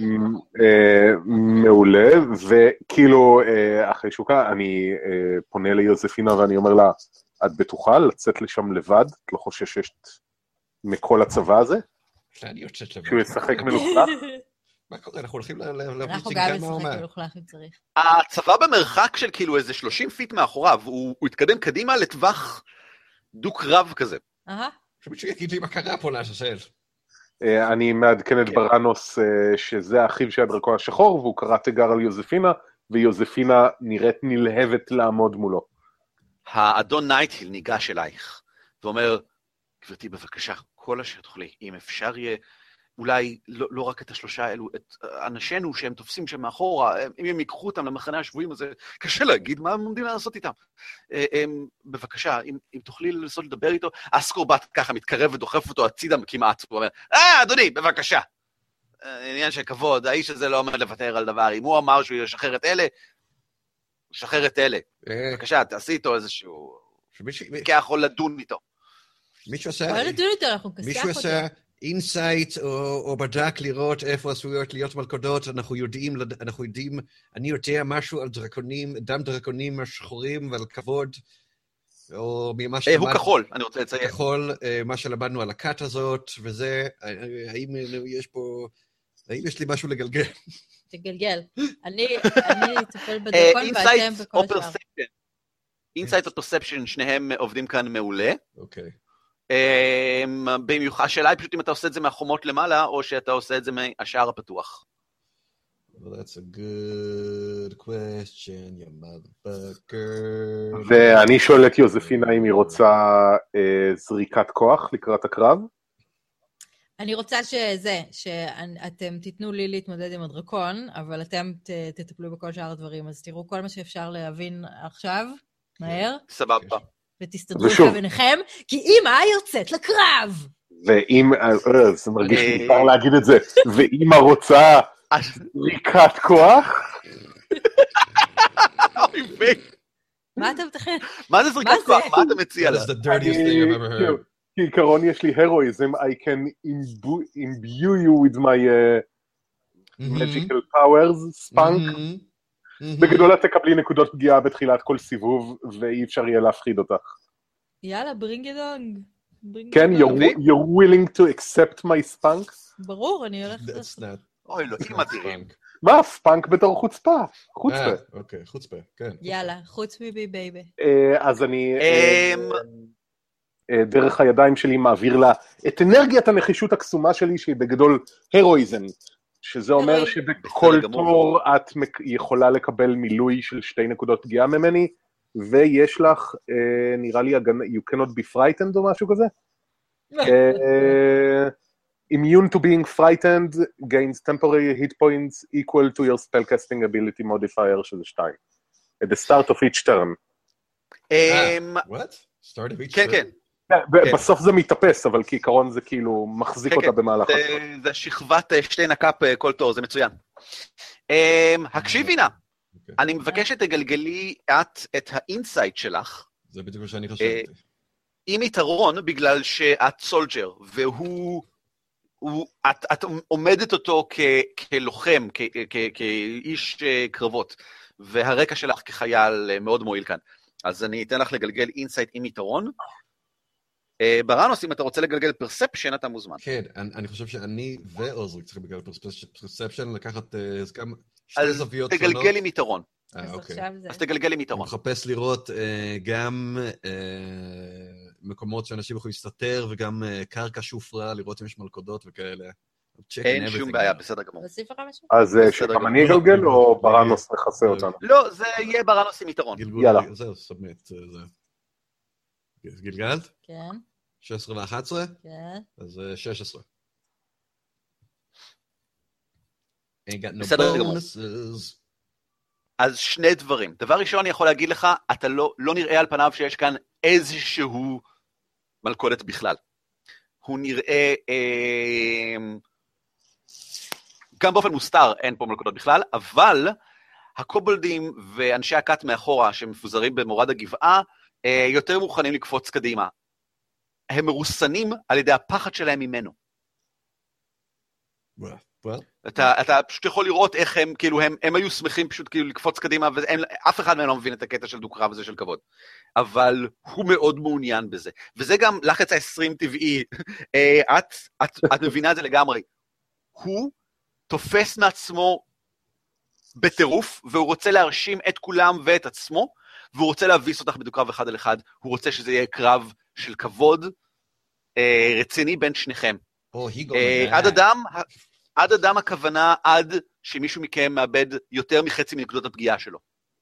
מעולה, וכאילו אחרי שוקה אני פונה ליוזפינה ואני אומר לה, את בטוחה לצאת לשם לבד? את לא חוששת מכל הצבא הזה? אני יוצאת לבד. שהוא ישחק מלוכלך? מה קורה? אנחנו הולכים להביא אנחנו גם שיגמה או נשחק מה? מלוכלך אם צריך. הצבא במרחק של כאילו איזה 30 פיט מאחוריו, הוא התקדם קדימה לטווח דו-קרב כזה. שמישהו יגיד לי מה קרה פה לעשל. אני מעדכן את ברנוס שזה אחיו של הדרקון השחור, והוא קרא תיגר על יוזפינה, ויוזפינה נראית נלהבת לעמוד מולו. האדון נייטהיל ניגש אלייך, ואומר, גברתי בבקשה, כל אשר תוכלי, אם אפשר יהיה, אולי לא רק את השלושה האלו, את אנשינו שהם תופסים שם מאחורה, אם הם ייקחו אותם למחנה השבויים הזה, קשה להגיד מה הם עומדים לעשות איתם. בבקשה, אם תוכלי לנסות לדבר איתו, אסקורבט ככה מתקרב ודוחף אותו הצידה כמעט, הוא אומר, אדוני, בבקשה. עניין של כבוד, האיש הזה לא עומד לוותר על דבר, אם הוא אמר שהוא ישחרר את אלה, ישחרר את אלה. בבקשה, תעשי איתו איזשהו, ככה יכול לדון איתו. מישהו עושה... בוא לדון איתו, אנחנו נכסח אותו. מישהו עושה אינסייט או בדק לראות איפה עשויות להיות מלכודות, אנחנו יודעים, אני יודע משהו על דרקונים, דם דרקונים השחורים ועל כבוד, או ממה שלמדנו... הוא כחול, אני רוצה לציין. כחול, מה שלמדנו על הכת הזאת, וזה, האם יש פה... האם יש לי משהו לגלגל? תגלגל. אני אטפל בדרקון ואתם בכל השאר. אינסייט או פרספשן, שניהם עובדים כאן מעולה. אוקיי. במיוחד, השאלה היא פשוט אם אתה עושה את זה מהחומות למעלה, או שאתה עושה את זה מהשער הפתוח. Well, that's a good question, you motherfucker. ואני שואל את יוזפינה אם היא רוצה זריקת כוח לקראת הקרב. אני רוצה שאתם תיתנו לי להתמודד עם הדרקון, אבל אתם תטפלו בכל שאר הדברים, אז תראו כל מה שאפשר להבין עכשיו, מהר. סבבה. ותסתדרו את ביניכם, כי אמא יוצאת לקרב! ואם, זה מרגיש מותר להגיד את זה, ואמא רוצה זריקת כוח? מה אתה מתכנן? מה זה זריקת כוח? מה אתה מציע לה? That's the dirtiest thing I've ever heard. כעיקרון יש לי הרואיזם, I can imbue you with my magical powers, ספאנק. בגדול את תקבלי נקודות פגיעה בתחילת כל סיבוב, ואי אפשר יהיה להפחיד אותך. יאללה, bring it on. כן, you're willing to accept my spunk? ברור, אני הולכת... אוי, לא, אם מדהים. מה, ספאנק בתור חוצפה? חוצפה. אוקיי, חוצפה, כן. יאללה, חוץ מבי בייבי. אז אני... דרך הידיים שלי מעביר לה את אנרגיית הנחישות הקסומה שלי, שהיא בגדול הרואיזם, שזה אומר שבכל תור את יכולה לקבל מילוי של 2 נקודות פגיעה ממני, ויש לך, נראה לי, you cannot be frightened או משהו כזה? Immune to being frightened gains temporary hit points equal to your spellcasting ability modifier, שזה 2. At the start of each turn. What? Start of each turn? כן, כן. בסוף זה מתאפס, אבל כעיקרון זה כאילו מחזיק אותה במהלך. זה שכבת 2 נקאפ כל תור, זה מצוין. הקשיבי נא, אני מבקש שתגלגלי את האינסייט שלך. זה בדיוק מה שאני חשבתי. עם יתרון, בגלל שאת סולג'ר, את עומדת אותו כלוחם, כאיש קרבות, והרקע שלך כחייל מאוד מועיל כאן. אז אני אתן לך לגלגל אינסייט עם יתרון. ברנוס, אם אתה רוצה לגלגל פרספשן, אתה מוזמן. כן, אני חושב שאני ועוזריק צריכים לגלגל פרספשן, לקחת גם שתי זוויות שונות. אז תגלגל עם יתרון. אז תגלגל עם יתרון. אני מחפש לראות גם מקומות שאנשים יכולים להסתתר, וגם קרקע שופרה, לראות אם יש מלכודות וכאלה. אין שום בעיה, בסדר גמור. אז שגם אני אגלגל, או ברנוס מכסה אותנו? לא, זה יהיה ברנוס עם יתרון. יאללה. זהו, סבמית. גלגלת? כן. 16 ו-11? כן. אז 16. Ain't got no בסדר גמור. bonuses. אז שני דברים. דבר ראשון, אני יכול להגיד לך, אתה לא נראה על פניו שיש כאן איזשהו מלכודת בכלל. הוא נראה, גם באופן מוסתר אין פה מלכודות בכלל, אבל הקובלדים ואנשי הכת מאחורה שמפוזרים במורד הגבעה, יותר מוכנים לקפוץ קדימה. הם מרוסנים על ידי הפחד שלהם ממנו. אתה פשוט יכול לראות איך הם, כאילו, הם היו שמחים פשוט כאילו לקפוץ קדימה, ואף אחד מהם לא מבין את הקטע של דו-קרב הזה של כבוד. אבל הוא מאוד מעוניין בזה. וזה גם לחץ ה-20 טבעי. את מבינה את זה לגמרי. הוא תופס מעצמו בטירוף, והוא רוצה להרשים את כולם ואת עצמו, והוא רוצה להביס אותך בדו-קרב אחד על אחד. הוא רוצה שזה יהיה קרב של כבוד רציני בין שניכם. עד אדם הכוונה עד שמישהו מכם מאבד יותר מחצי מנקודות הפגיעה שלו.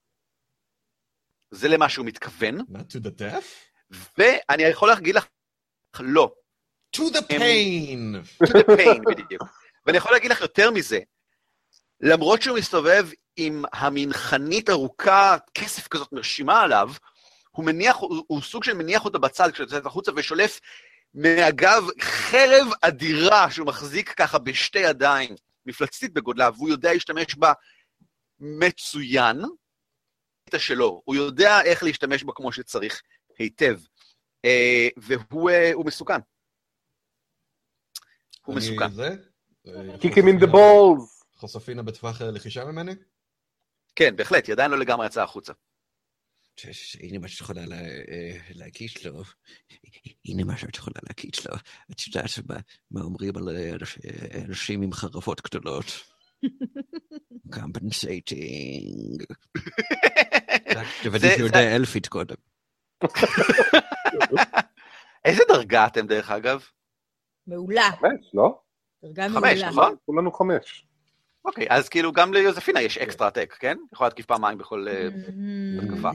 זה למה שהוא מתכוון. Not to the death? ואני יכול להגיד לך, לא. To the pain! To the pain, בדיוק. ואני יכול להגיד לך יותר מזה, למרות שהוא מסתובב עם המנחנית ארוכה, כסף כזאת מרשימה עליו, הוא סוג של מניח אותה בצד כשהוא יוצא החוצה ושולף מהגב חרב אדירה שהוא מחזיק ככה בשתי ידיים, מפלצתית בגודלה, והוא יודע להשתמש בה מצוין, שלו. הוא יודע איך להשתמש בה כמו שצריך היטב, והוא מסוכן. הוא מסוכן. Kick him in the balls. חושפינה בטווח לחישה ממני? כן, בהחלט, היא עדיין לא לגמרי יצאה החוצה. הנה מה שאת יכולה להגיד לו, הנה מה שאת יכולה להגיד לו, את יודעת מה אומרים על אנשים עם חרבות גדולות? קמפנסייטינג. תבדיתי יודע אלפית קודם. איזה דרגה אתם דרך אגב? מעולה. 5, לא? דרגה מעולה. 5, נכון? כולנו 5. אוקיי, אז כאילו גם ליוזפינה יש אקסטרה אטק, כן? יכולה להתקיף פעמיים בכל התקפה.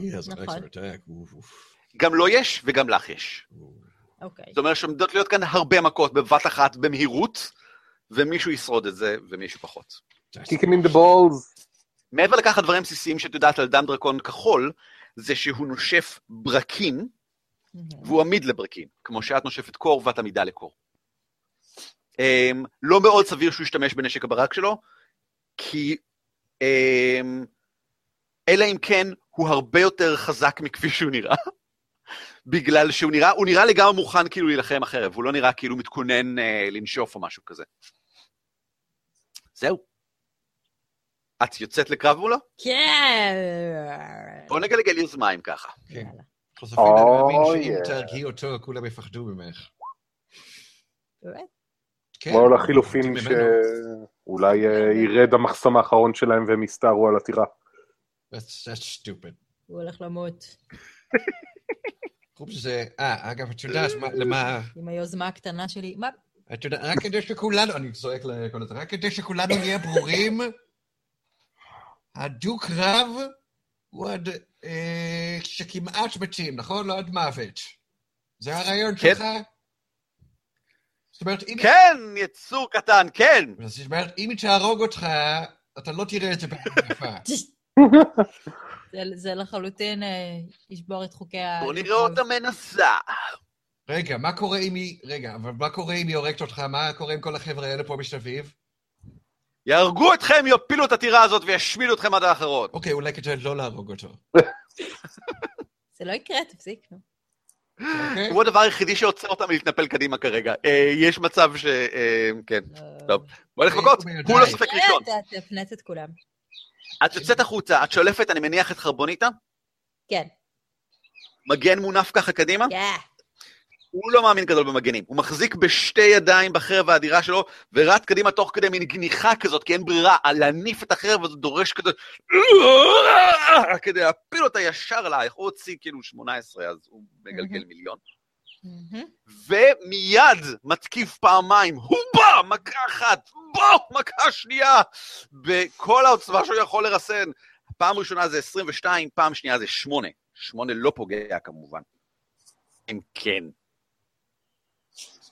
גם לא יש וגם לך יש. אוקיי. זאת אומרת שעומדות להיות כאן הרבה מכות בבת אחת במהירות, ומישהו ישרוד את זה ומישהו פחות. Kick him in the balls. מעבר לכך הדברים בסיסיים שאת יודעת על דם דרקון כחול, זה שהוא נושף ברקים, והוא עמיד לברקים, כמו שאת נושפת קור ואת עמידה לקור. לא מאוד סביר שהוא ישתמש בנשק הברק שלו, כי אלא אם כן הוא הרבה יותר חזק מכפי שהוא נראה, בגלל שהוא נראה לגמרי מוכן כאילו להילחם החרב, הוא לא נראה כאילו מתכונן לנשוף או משהו כזה. זהו. את יוצאת לקרב מולו? כן. בוא נגלגל יוזמיים ככה. כן. חושפינה, אני מאמין שאם תרגיעי אותו, כולם יפחדו ממך. באמת? כמו לחילופין שאולי ירד המחסום האחרון שלהם והם יסתערו על הטירה. That's stupid. הוא הולך למות. חוץ שזה, אגב, את יודעת למה... עם היוזמה הקטנה שלי, מה? את יודעת, רק כדי שכולנו, אני צועק לקונטר, רק כדי שכולנו נהיה ברורים, הדו-קרב הוא עד שכמעט מתים, נכון? לא עד מוות. זה הרעיון שלך? זאת אומרת, אם... כן, יצור קטן, כן. זאת אומרת, אם היא תהרוג אותך, אתה לא תראה את זה בהתקפה. זה לחלוטין ישבור את חוקי ה... בוא נראה אותה מנסה. רגע, מה קורה אם היא... רגע, אבל מה קורה אם היא הורגת אותך? מה קורה עם כל החבר'ה האלה פה מסביב? יהרגו אתכם, יפילו את הטירה הזאת וישמידו אתכם עד האחרות. אוקיי, אולי כדי לא להרוג אותו. זה לא יקרה, תפסיק. הוא הדבר היחידי שעוצר אותם להתנפל קדימה כרגע. יש מצב ש... כן, טוב. בוא נלך מכות, הוא לא ספק ראשון. תפנץ את כולם. את יוצאת החוצה, את שולפת, אני מניח את חרבוניתה? כן. מגן מונף ככה קדימה? כן. הוא לא מאמין גדול במגנים, הוא מחזיק בשתי ידיים בחרב האדירה שלו, ורץ קדימה תוך כדי מין גניחה כזאת, כי אין ברירה, להניף את החרב הזאת דורש כזה, כדי להפיל אותה ישר עלייך, הוא הוציא כאילו 18, אז הוא מגלגל מיליון. ומיד מתקיף פעמיים, הוא בא, מכה אחת, בוא, מכה שנייה, בכל העוצמה שהוא יכול לרסן. פעם ראשונה זה 22, פעם שנייה זה 8. 8 לא פוגע כמובן. אם כן.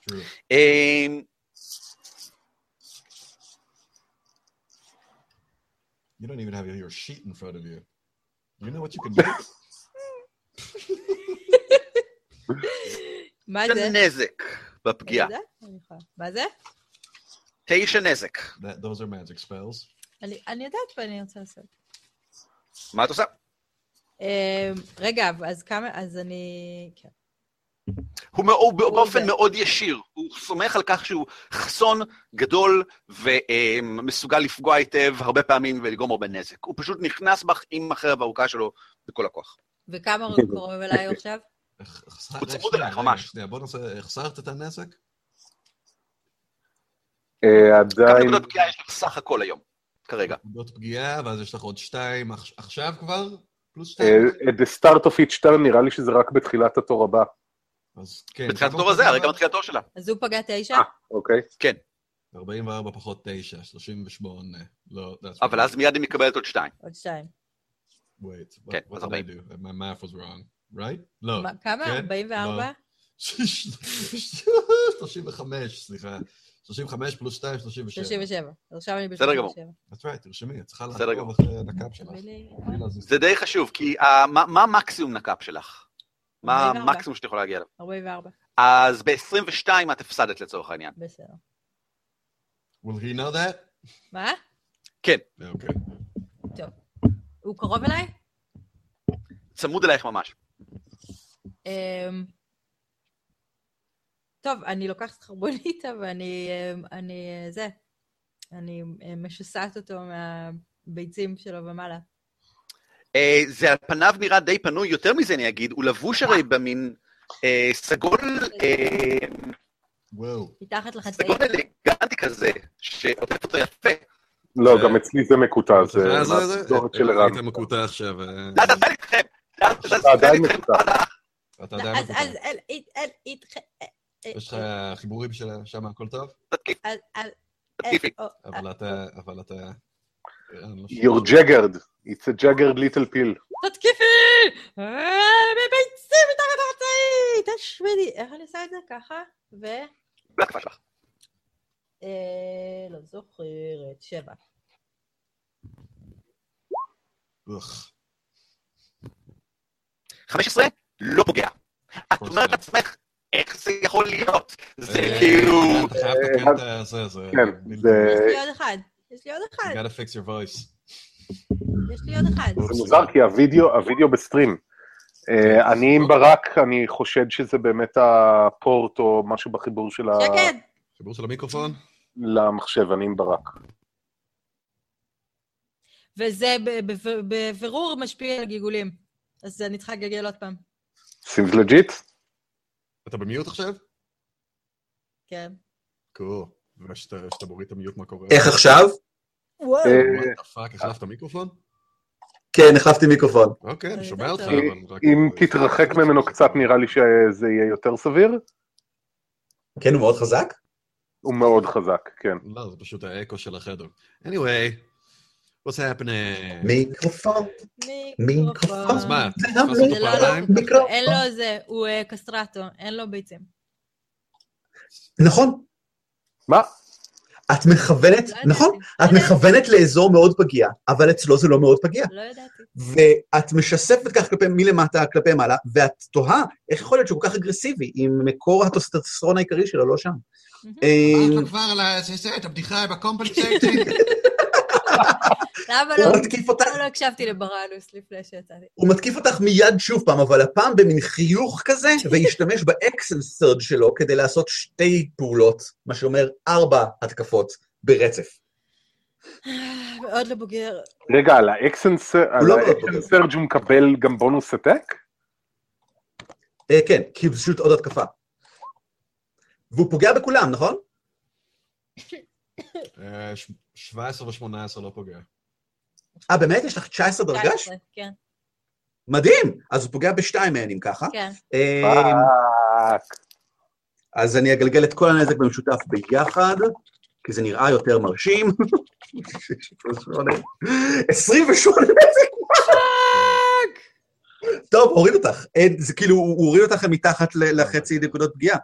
You don't even have your sheet in front of you. You know what you can do? מה זה? נזק בפגיעה. מה זה? 9 נזק. Those are magic spells. אני יודעת ואני רוצה לעשות. מה את עושה? רגע, אז כמה, אז אני... כן. הוא באופן מאוד ישיר, הוא סומך על כך שהוא חסון גדול ומסוגל לפגוע היטב הרבה פעמים ולגרום הרבה נזק. הוא פשוט נכנס בך עם החרב הארוכה שלו בכל הכוח. וכמה הוא קרוב אליי עכשיו? הוא צמוד אליך ממש. בוא נעשה, החסרת את הנזק? כמה עדיין... נקודות פגיעה יש לך סך הכל היום, כרגע? נקודות פגיעה, ואז יש לך עוד 2 עכשיו כבר? פלוס 2? The start of each turn נראה לי שזה רק בתחילת התור הבא. אז כן. בתחילת התור הזה, הרגע מתחילת התור שלה. אז הוא פגע 9? אוקיי. כן. 44 פחות 9, 38. לא, אבל אז מיד היא מקבלת עוד 2. עוד 2. Wait, כן, what אז did I 40. do? My math was wrong, right? לא. כמה? כן? 44? 35, סליחה. 35 פלוס 2, 37. 37. עכשיו אני בסדר גמור. That's right, תרשמי, את צריכה בסדר לעקוב אחרי הנקב שלך. זה די חשוב, כי מה המקסימום נקב שלך? מה 44. המקסימום שאת יכולה להגיע אליו? 44. אז ב-22 את הפסדת לצורך העניין. בסדר. Will he know that? מה? כן. אוקיי. טוב. הוא קרוב אליי? צמוד אלייך ממש. טוב, אני לוקחת חרבוניטה ואני משסעת אותו מהביצים שלו ומעלה. זה על פניו נראה די פנוי, יותר מזה אני אגיד, הוא לבוש הרי במין סגול מתחת לחצאית. סגול אלגנטי כזה, שעוטף אותו יפה. לא, גם אצלי זה מקוטע, זה מהסגורת של ערן. היית מקוטע עכשיו. אתה עדיין איתכם. אתה עדיין מקוטע. אתה עדיין מקוטע. אז איתכם. יש לך חיבורים שם, הכל טוב? תתקיפי. אבל אתה... You're jaggered. It's a jaggered little pill. תתקיפי! ביצים מתחת לחצאית! תשמדי. איך אני עושה את זה? ככה? בהתקפה שלך. לא זוכרת. 7. 15? לא פוגע. את אומרת לעצמך, איך זה יכול להיות? זה כאילו... אתה חייב לתקן את זה. כן, זה... יש לי עוד אחד. You gotta fix your voice. יש לי עוד אחד. זה מוזר כי הווידאו בסטרים. אני עם ברק, אני חושד שזה באמת הפורט או משהו בחיבור של שקט! חיבור של המיקרופון? למחשב, אני עם ברק. וזה בבירור משפיע על גיגולים. אז אני צריכה לגגל עוד פעם. seems legit? אתה במיוט עכשיו? כן. קול. ושאתה מוריד את המיוט מה קורה. איך עכשיו? וואו. what the fuck, החלפת מיקרופון? כן, החלפתי מיקרופון. אוקיי, אני שומע אותך. אם תתרחק ממנו קצת נראה לי שזה יהיה יותר סביר. כן, הוא מאוד חזק? הוא מאוד חזק, כן. לא, זה פשוט האקו של החדר. anyway, what's happening? מיקרופון. אז מה? זה לא, אין לו זה, הוא קסטרטו, אין לו ביצים. נכון. מה? את מכוונת, נכון? את מכוונת לאזור מאוד פגיע, אבל אצלו זה לא מאוד פגיע. לא ידעתי. ואת משספת כך מלמטה כלפי מעלה, ואת תוהה איך יכול להיות שהוא כל כך אגרסיבי, אם מקור הטוסטסטרון העיקרי שלו לא שם. אמרת כבר את הבדיחה בקומפנסייטינג. למה לא הקשבתי לבראנוס לפני שיצאתי? הוא מתקיף אותך מיד שוב פעם, אבל הפעם במין חיוך כזה, וישתמש באקסל סרג' שלו כדי לעשות 2 פעולות, מה שאומר 4 התקפות ברצף. מאוד לבוגר. רגע, על האקסל סרג' הוא מקבל גם בונוס אטק? כן, כי זה פשוט עוד התקפה. והוא פוגע בכולם, נכון? 17 ו-18 לא פוגע. באמת? יש לך 19 דרגש? כן. מדהים! אז הוא פוגע ב2 מהן, אם ככה. כן. אז אני אגלגל את כל הנזק במשותף ביחד, כי זה נראה יותר מרשים. 28 נזק! טוב, הוריד אותך. זה כאילו, הוא הוריד אותך מתחת לחצי נקודות פגיעה.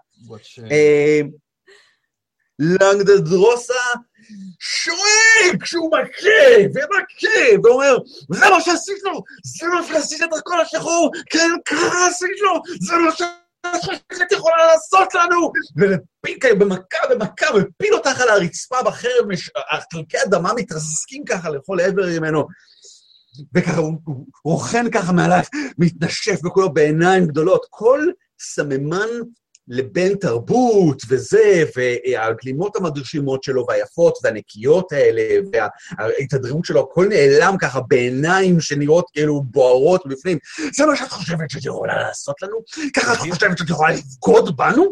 לנגדדרוסה שואג שהוא מכה ומכה ואומר, זה מה שעשית לו, זה מה שעשית את הכל השחור, כן, ככה עשית לו, זה מה שאת יכולה לעשות לנו, במכה, ופיל אותך על הרצפה בחרב, חלקי אדמה מתרסקים ככה לכל עבר ממנו, וככה הוא רוכן ככה מעלייך, מתנשף וכולו בעיניים גדולות, כל סממן לבין תרבות וזה, והגלימות המדרשימות שלו, והיפות והנקיות האלה, וההתהדרות שלו, הכל נעלם ככה בעיניים שנראות כאילו בוערות בפנים. זה מה שאת חושבת שאת יכולה לעשות לנו? ככה את חושבת שאת יכולה לבגוד בנו?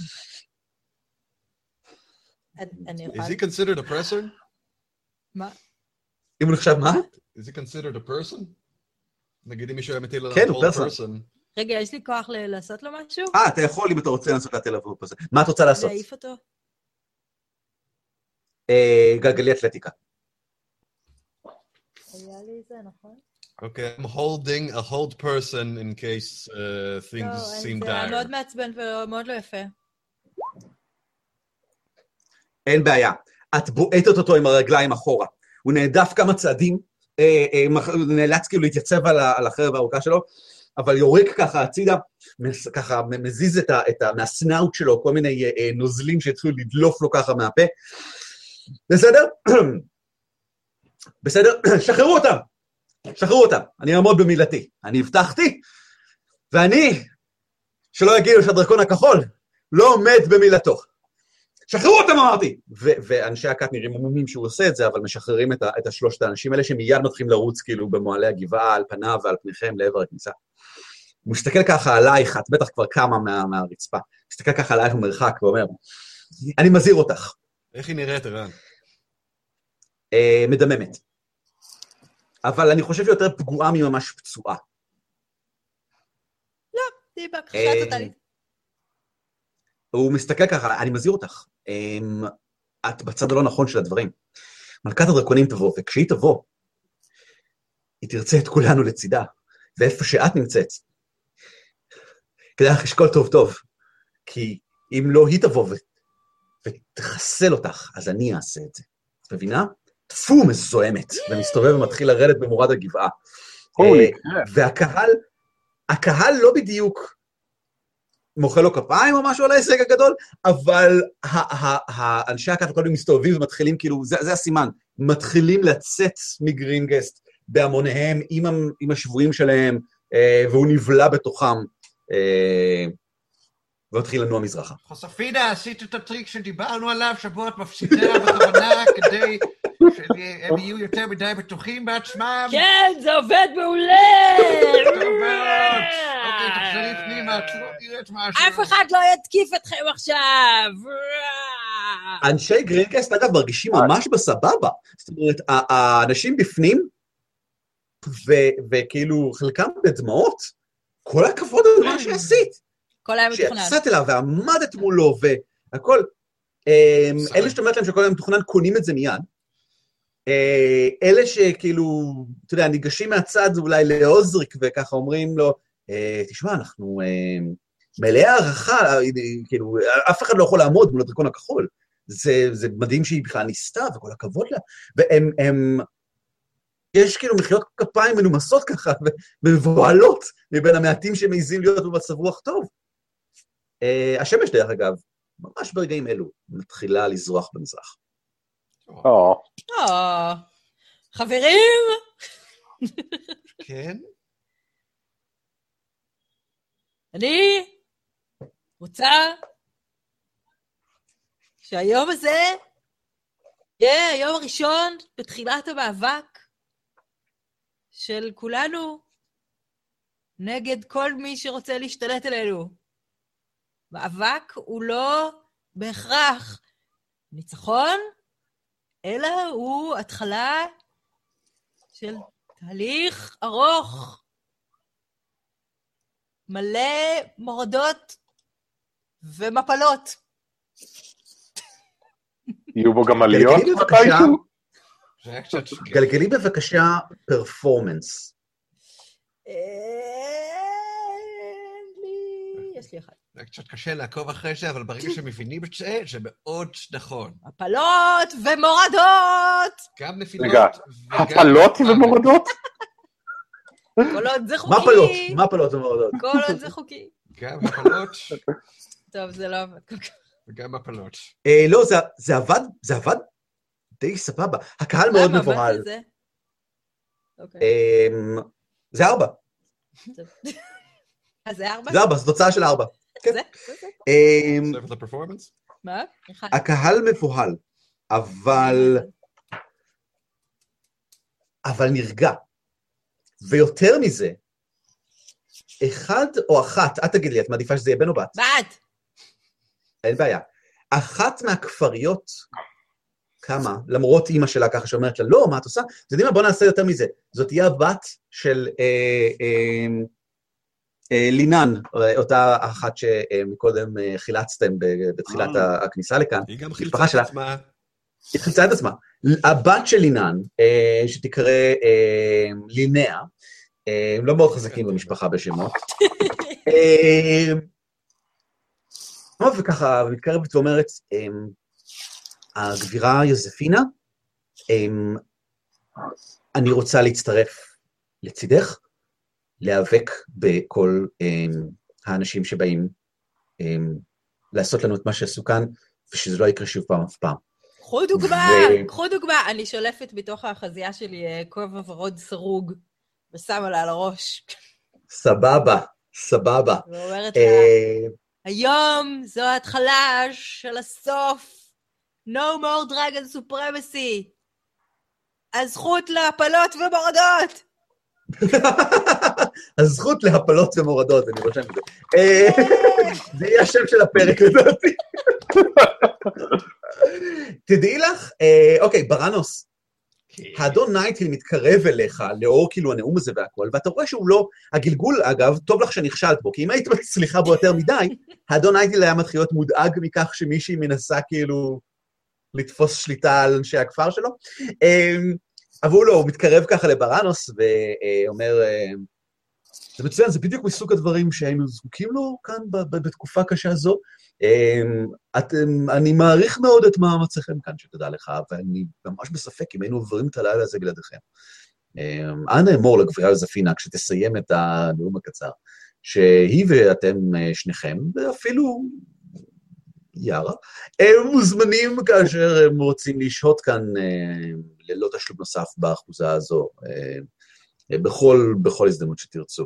Is he considered a person? מה? אם הוא נחשב מה? Is he considered a person? נגיד אם מישהו היה מטיל עליו כן, הוא whole person. רגע, יש לי כוח לעשות לו משהו? אתה יכול אם אתה רוצה לנסות להטיל עליו פרסן. מה את רוצה לעשות? להעיף אותו? גלגלי אתלטיקה. היה לי זה, נכון? Okay, I'm holding a hold person in case things seem זה dire. מאוד מעצבן ומאוד לא יפה. אין בעיה. את בועטת אותו עם הרגליים אחורה. הוא נעדף כמה צעדים, נאלץ כאילו להתייצב על החרב הארוכה שלו, אבל יורק ככה הצידה, ככה מזיז מהסנאוט שלו, כל מיני נוזלים שהתחילו לדלוף לו ככה מהפה. בסדר? בסדר? שחררו אותם. אני אעמוד במילתי. אני הבטחתי, ואני, שלא יגידו שהדרקון הכחול, לא עומד במילתו. שחררו אותם, אמרתי! ואנשי הכת נראים עמומים שהוא עושה את זה, אבל משחררים את השלושת האנשים האלה שמיד מתחילים לרוץ כאילו במועלי הגבעה, על פניו ועל פניכם לעבר הכניסה. הוא מסתכל ככה עלייך, את בטח כבר קמה מהרצפה, מסתכל ככה עלייך במרחק ואומר, אני מזהיר אותך. איך היא נראית, ערן? מדממת. אבל אני חושב שיותר פגועה מממש פצועה. לא, היא בקחת אותה לי. הוא מסתכל ככה, אני מזהיר אותך. את בצד הלא נכון של הדברים. מלכת הדרקונים תבוא, וכשהיא תבוא, היא תרצה את כולנו לצידה, ואיפה שאת נמצאת, כדאי לך לשקול טוב טוב, כי אם לא היא תבוא ותחסל אותך, אז אני אעשה את זה. את מבינה? תפו מזוהמת, ומסתובב ומתחיל לרדת במורד הגבעה. והקהל לא בדיוק מוחא לו כפיים או משהו על ההישג הגדול, אבל האנשי הקהל כל מיני מסתובבים ומתחילים, כאילו, זה הסימן, מתחילים לצאת מגרינגסט בהמוניהם עם השבויים שלהם, והוא נבלע בתוכם, והתחיל לנוע מזרחה. חוספינה, עשית את הטריק שדיברנו עליו, שבו את מפסידה בכוונה כדי שהם יהיו יותר מדי בטוחים בעצמם. כן, זה עובד מעולה! טובות! אוקיי, תחזרי פנימה, את לא נראית משהו. אף אחד לא יתקיף אתכם עכשיו! אנשי גרינקסט, אגב, מרגישים ממש בסבבה. זאת אומרת, האנשים בפנים, וכאילו חלקם בדמעות, כל הכבוד על מה שעשית. כל היה מתוכנן. שיצאת אליו ועמדת מולו והכל. אלה שאת אומרת להם שכל היה מתוכנן קונים את זה מיד. אלה שכאילו, אתה יודע, ניגשים מהצד אולי לעוזריק וככה אומרים לו, תשמע, אנחנו מלאי הערכה, כאילו, אף אחד לא יכול לעמוד מול הדרקון הכחול. זה מדהים שהיא בכלל ניסתה וכל הכבוד לה. והם יש כאילו מחיאות כפיים מנומסות ככה, ומבועלות מבין המעטים שמעיזים להיות במצב רוח טוב. השמש, דרך אגב, ממש ברגעים אלו, מתחילה לזרוח במזרח. חברים? כן? אני רוצה שהיום הזה יהיה היום הראשון בתחילת המאבק של כולנו נגד כל מי שרוצה להשתלט עלינו. מאבק הוא לא בהכרח ניצחון, אלא הוא התחלה של תהליך ארוך, מלא מורדות ומפלות. יהיו בו גם עליות? גלגלי בבקשה פרפורמנס. יש לי אחד. זה קצת קשה לעקוב אחרי זה, אבל ברגע שמבינים את זה, זה מאוד נכון. הפלות ומורדות! גם נפילות רגע, וגם... הפלות ומורדות? כל עוד זה חוקי. מה פלות? מה פלות ומורדות? כל עוד זה חוקי. גם הפלות טוב, זה לא עבד כל כך. וגם הפלות. לא, זה עבד די סבבה. הקהל מאוד למה? מבוהל. מה זה? אוקיי. זה 4. אז זה 4? זה 4, זו תוצאה של 4. זה? ספר לפרפורמנס? מה? אחד. הקהל מבוהל, אבל נרגע. ויותר מזה, אחד או אחת, את תגיד לי, את מעדיפה שזה יהיה בן או בת? בת! אין בעיה. אחת מהכפריות קמה, למרות אימא שלה ככה שאומרת לה, לא, מה את עושה? אז יודעים מה, בוא נעשה יותר מזה. זאת תהיה הבת של לינן, אותה אחת שמקודם חילצתם בתחילת הכניסה לכאן. היא גם חילצה את עצמה. היא חילצה את עצמה. הבת של לינן, שתקרא לינאה, הם לא מאוד חזקים במשפחה בשמות. וככה, מתקרבת ואומרת, הגבירה יוזפינה, אני רוצה להצטרף לצידך, להיאבק בכל האנשים שבאים לעשות לנו את מה שעשו כאן, ושזה לא יקרה שוב פעם אף פעם. קחו דוגמה, אני שולפת בתוך החזייה שלי כובע ורוד סרוג, ושמה לה על הראש. סבבה. ואומרת לה, היום זו ההתחלה של הסוף, no more dragon supremacy, הזכות להפלות ומורדות. הזכות להפלות ומורדות, אני רושם את זה. זה יהיה השם של הפרק לדעתי. תדעי לך, אוקיי, ברנוס, האדון נייטל מתקרב אליך, לאור כאילו הנאום הזה והכל, ואתה רואה שהוא לא, הגלגול אגב, טוב לך שנכשלת בו, כי אם היית מצליחה בו יותר מדי, האדון נייטל היה מתחיל להיות מודאג מכך שמישהי מנסה כאילו לתפוס שליטה על אנשי הכפר שלו, אבל הוא לא, הוא מתקרב ככה לברנוס, ואומר, זה מצוין, זה בדיוק מסוג הדברים שהיינו זקוקים לו כאן בתקופה קשה הזו, אני מעריך מאוד את מאמציכם כאן, שתדע לך, ואני ממש בספק אם היינו עוברים את הלילה הזה בלעדיכם. אנא אמור לגבירה יוזפינה, כשתסיים את הנאום הקצר, שהיא ואתם שניכם, ואפילו יארה, הם מוזמנים כאשר הם רוצים לשהות כאן ללא תשלום נוסף באחוזה הזו, בכל הזדמנות שתרצו.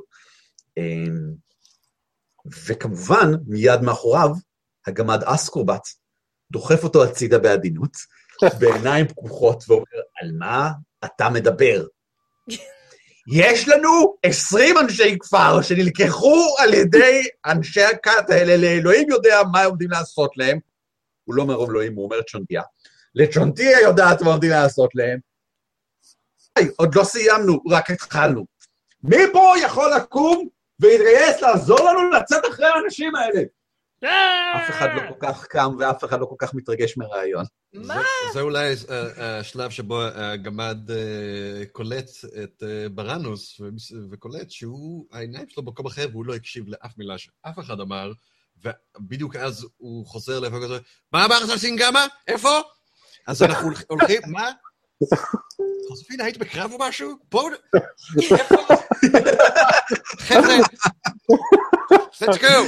וכמובן, מיד מאחוריו, הגמד אסקורבט דוחף אותו הצידה בעדינות, בעיניים פקוחות, ואומר, על מה אתה מדבר? יש לנו 20 אנשי כפר שנלקחו על ידי אנשי הכת האלה, לאלוהים יודע מה עומדים לעשות להם, הוא לא אומר אלוהים, הוא אומר צ'ונטיה, לצ'ונטיה יודעת מה עומדים לעשות להם, עוד לא סיימנו, רק התחלנו. מי פה יכול לקום ויתגייס לעזור לנו לצאת אחרי האנשים האלה? אף אחד לא כל כך קם ואף אחד לא כל כך מתרגש מרעיון. מה? זה אולי השלב שבו הגמד קולט את ברנוס, וקולט שהוא, העיניים שלו במקום אחר, והוא לא הקשיב לאף מילה שאף אחד אמר, ובדיוק אז הוא חוזר לפעמים כזה, מה אמרת על סינגמה? איפה? אז אנחנו הולכים, מה? חושפין, היית בקרב או משהו? בואו, איפה? חבר'ה, let's go!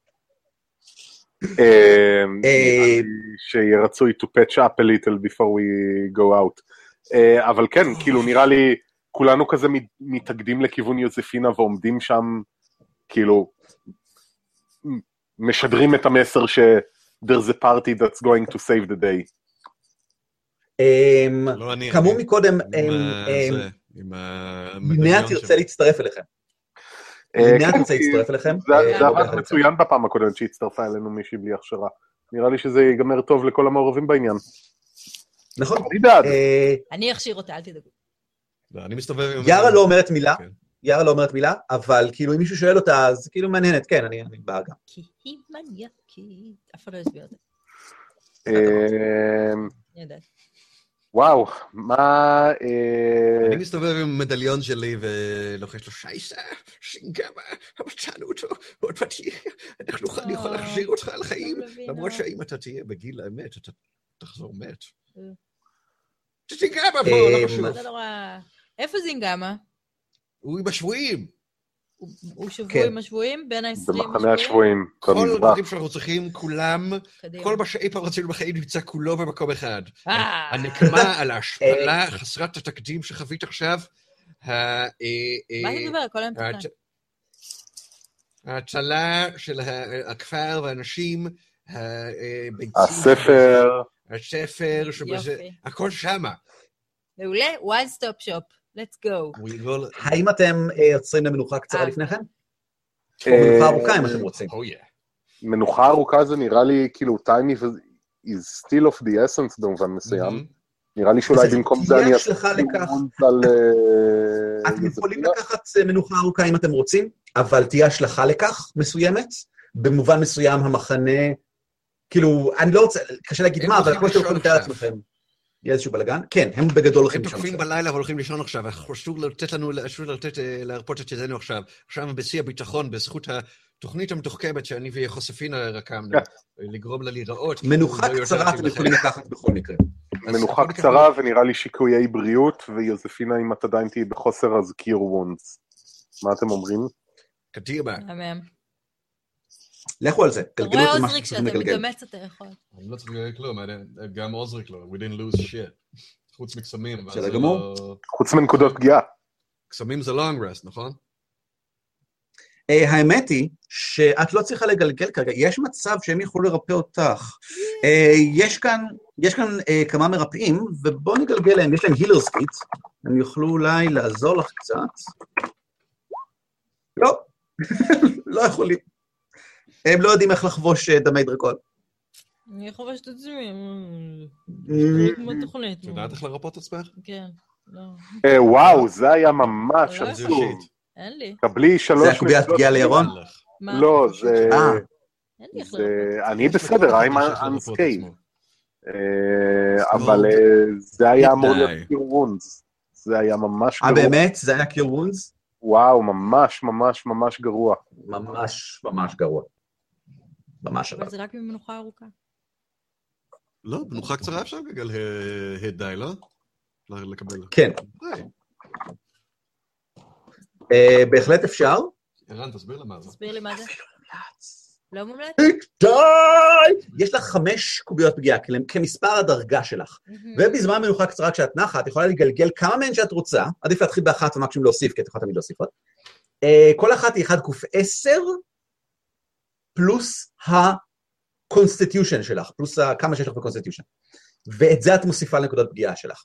שיהיה רצוי to patch up a little before we go out. אבל כן, כאילו נראה לי, כולנו כזה מתאגדים לכיוון יוזפינה ועומדים שם, כאילו, משדרים את המסר ש there's a party that's going to save the day. כמו מקודם, לינאה תרצה להצטרף אליכם. לינאה תרצה להצטרף אליכם. זה עבד מצוין בפעם הקודמת שהצטרפה אלינו מישהי בלי הכשרה. נראה לי שזה ייגמר טוב לכל המעורבים בעניין. נכון. אני אכשיר אותה, אל תדאגו. אני מסתובב... יארה לא אומרת מילה, יארה לא אומרת מילה, אבל כאילו אם מישהו שואל אותה, אז כאילו מעניינת, כן, אני באה גם. כי היא מניאקית, אף אחד לא יסביר את זה. אני יודעת. וואו, מה... אני מסתובב עם מדליון שלי ולוחש לו, שייסה, סינגמה, מצאנו אותו, עוד פתיח, אנחנו נחזיר אותך על חיים, לא מבינה. למרות שאם אתה תהיה בגיל האמת, אתה תחזור מת. אה. זינגמה פה, לא חשוב. זה נורא. איפה זינגמה? הוא עם השבויים. הוא שבוי כן. עם השבויים? בין ה-20 במחנה השבויים, כל במזרח. הדברים שאנחנו צריכים, כולם, קדימה. כל מה שאי פעם רצינו בחיים נמצא כולו במקום אחד. אה. הנקמה על ההשפלה חסרת התקדים שחווית עכשיו, מה אתה מדבר? כל היום תוכן. ההצלה של הכפר והאנשים, הביצים, הספר, הספר, שבזה, יופי. הכל שמה. מעולה, one stop shop. let's go. האם אתם עוצרים למנוחה קצרה לפני כן? או אה, מנוחה ארוכה אם אתם רוצים. מנוחה ארוכה זה נראה לי כאילו time is still of the essence במובן מסוים. נראה לי שאולי בסדר, במקום זה תהיה אני השלכה לכך. אתם יכולים לקחת מנוחה ארוכה אם אתם רוצים, אבל תהיה השלכה לכך מסוימת. במובן מסוים המחנה, כאילו, אני לא רוצה, קשה להגיד מה, אבל כמו שאתם יכולים לתאר לעצמכם, יהיה איזשהו בלגן. כן, הם בגדול הולכים הם לישון תוקפים עכשיו. בלילה והולכים לישון עכשיו, אסור להרפות את ידינו עכשיו. עכשיו הם בשיא הביטחון, בזכות התוכנית המתוחכמת שאני ויחוספינה רקמנו, לגרום לה להיראות. מנוחה קצרה אתם יכולים לקחת בכל מקרה. מנוחה קצרה ונראה לי שיקויי בריאות, ויוזפינה אם את עדיין תהיי בחוסר אז cure wounds. מה אתם אומרים? קדימה. לכו על זה, אתה גלגלו רואה את מה עוזריק שצריכים שאתה לגלגל. מתאמץ, אתה יכול. אני לא צריך לגלל כלום, גם עוזריק לא, we didn't lose shit. חוץ מקסמים. בסדר גמור. חוץ מנקודות פגיעה. קסמים זה long rest, נכון? האמת היא שאת לא צריכה לגלגל כרגע, יש מצב שהם יכולו לרפא אותך. יש כאן כמה מרפאים, ובואו נגלגל להם, יש להם הילרס קיט, הם יוכלו אולי לעזור לך קצת. לא, לא יכולים. הם לא יודעים איך לחבוש דמי דרקון. אני חובש את עצמי. כמו תוכנית. את יודעת איך לרפות את עצמך? כן, לא. וואו, זה היה ממש לא עצוב. אין לי. קבלי 3 זה הקוביית פגיעה לירון? מה? לא, זה... אין לי איך זה... לראות. אני בסדר, I'm unscathed. אבל זה היה אמור להיות cure wounds. זה היה ממש גרוע. באמת? זה היה cure wounds? וואו, ממש ממש ממש גרוע. ממש ממש גרוע. ממש אבל זה רק במנוחה ארוכה. לא, מנוחה קצרה אפשר בגלל די, לא? לקבל. כן. בהחלט אפשר. ערן, תסביר למה זה. תסביר לי מה זה. לא מומלץ? די! יש לך 5 קוביות פגיעה, כמספר הדרגה שלך. ובזמן מנוחה קצרה כשאת נחה, את יכולה לגלגל כמה מהן שאת רוצה, עדיף להתחיל באחת ומקסימום להוסיף, כי את יכולה תמיד להוסיף עוד. כל אחת היא 1 קוף 10, פלוס ה-constitution שלך, פלוס כמה שיש לך ב-constitution. ואת זה את מוסיפה לנקודות פגיעה שלך.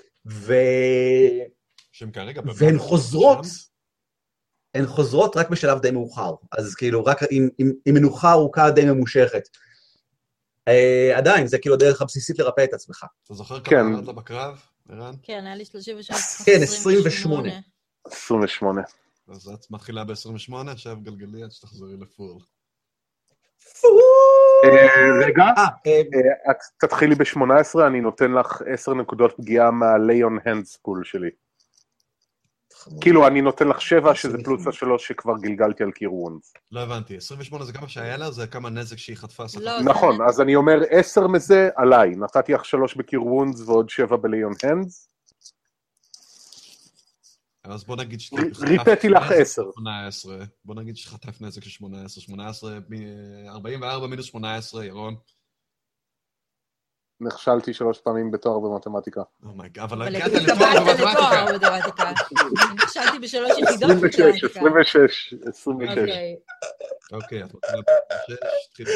והן חוזרות, הן חוזרות רק בשלב די מאוחר, אז כאילו רק עם מנוחה ארוכה די ממושכת. עדיין, זה כאילו דרך הבסיסית לרפא את עצמך. אתה זוכר כמה עמדת בקרב, ערן? כן, היה לי 36. כן, 28. 28. אז את מתחילה ב-28, עכשיו גלגלי עד שתחזרי לפול. רגע, את תתחילי ב-18, אני נותן לך 10 נקודות פגיעה מהליון הנד סקול שלי. כאילו, אני נותן לך 7, שזה פלוס ה3 שכבר גלגלתי על קיר וונדס. לא הבנתי, 28 זה כמה שהיה לה? זה כמה נזק שהיא חטפה? נכון, אז אני אומר 10 מזה עליי. נתתי לך 3 בקיר וונדס ועוד 7 בליון הנדס. אז בוא נגיד ריפאתי לך 10. 18, בוא נגיד שחטף נזק של 18, 44 מינוס 18, ירון. נכשלתי 3 פעמים בתואר במתמטיקה. אבל הגעת לתואר במתמטיקה. נכשלתי ב3 יחידות במתמטיקה. 26. אוקיי, את מתחילה ב-6,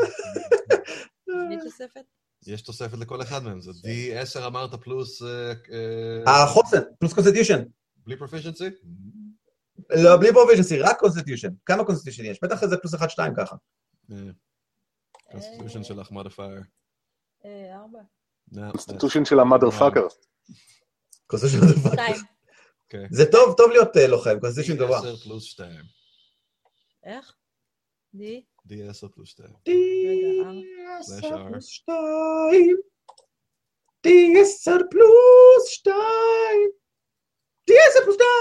יש תוספת? יש תוספת לכל אחד מהם, זה D10 אמרת פלוס... החוסן, פלוס קונסטיטיושן. בלי פרופישנסי? לא, בלי פרופישנסי, רק קונסטיטיושן. כמה קונסטיטיושן יש? בטח זה פלוס 1-2 ככה. קונסטיטיושן שלך מודיפייר. 4. קונסטיטיושן של המאדר פאקר. קונסטיטיושן של המאדר פאקר. זה טוב להיות לוחם, קונסטיטיושן גבוה. D10 פלוס 2. איך? D10 פלוס 2. D10 פלוס 2. D10 פלוס 2. D10 פלוס 2!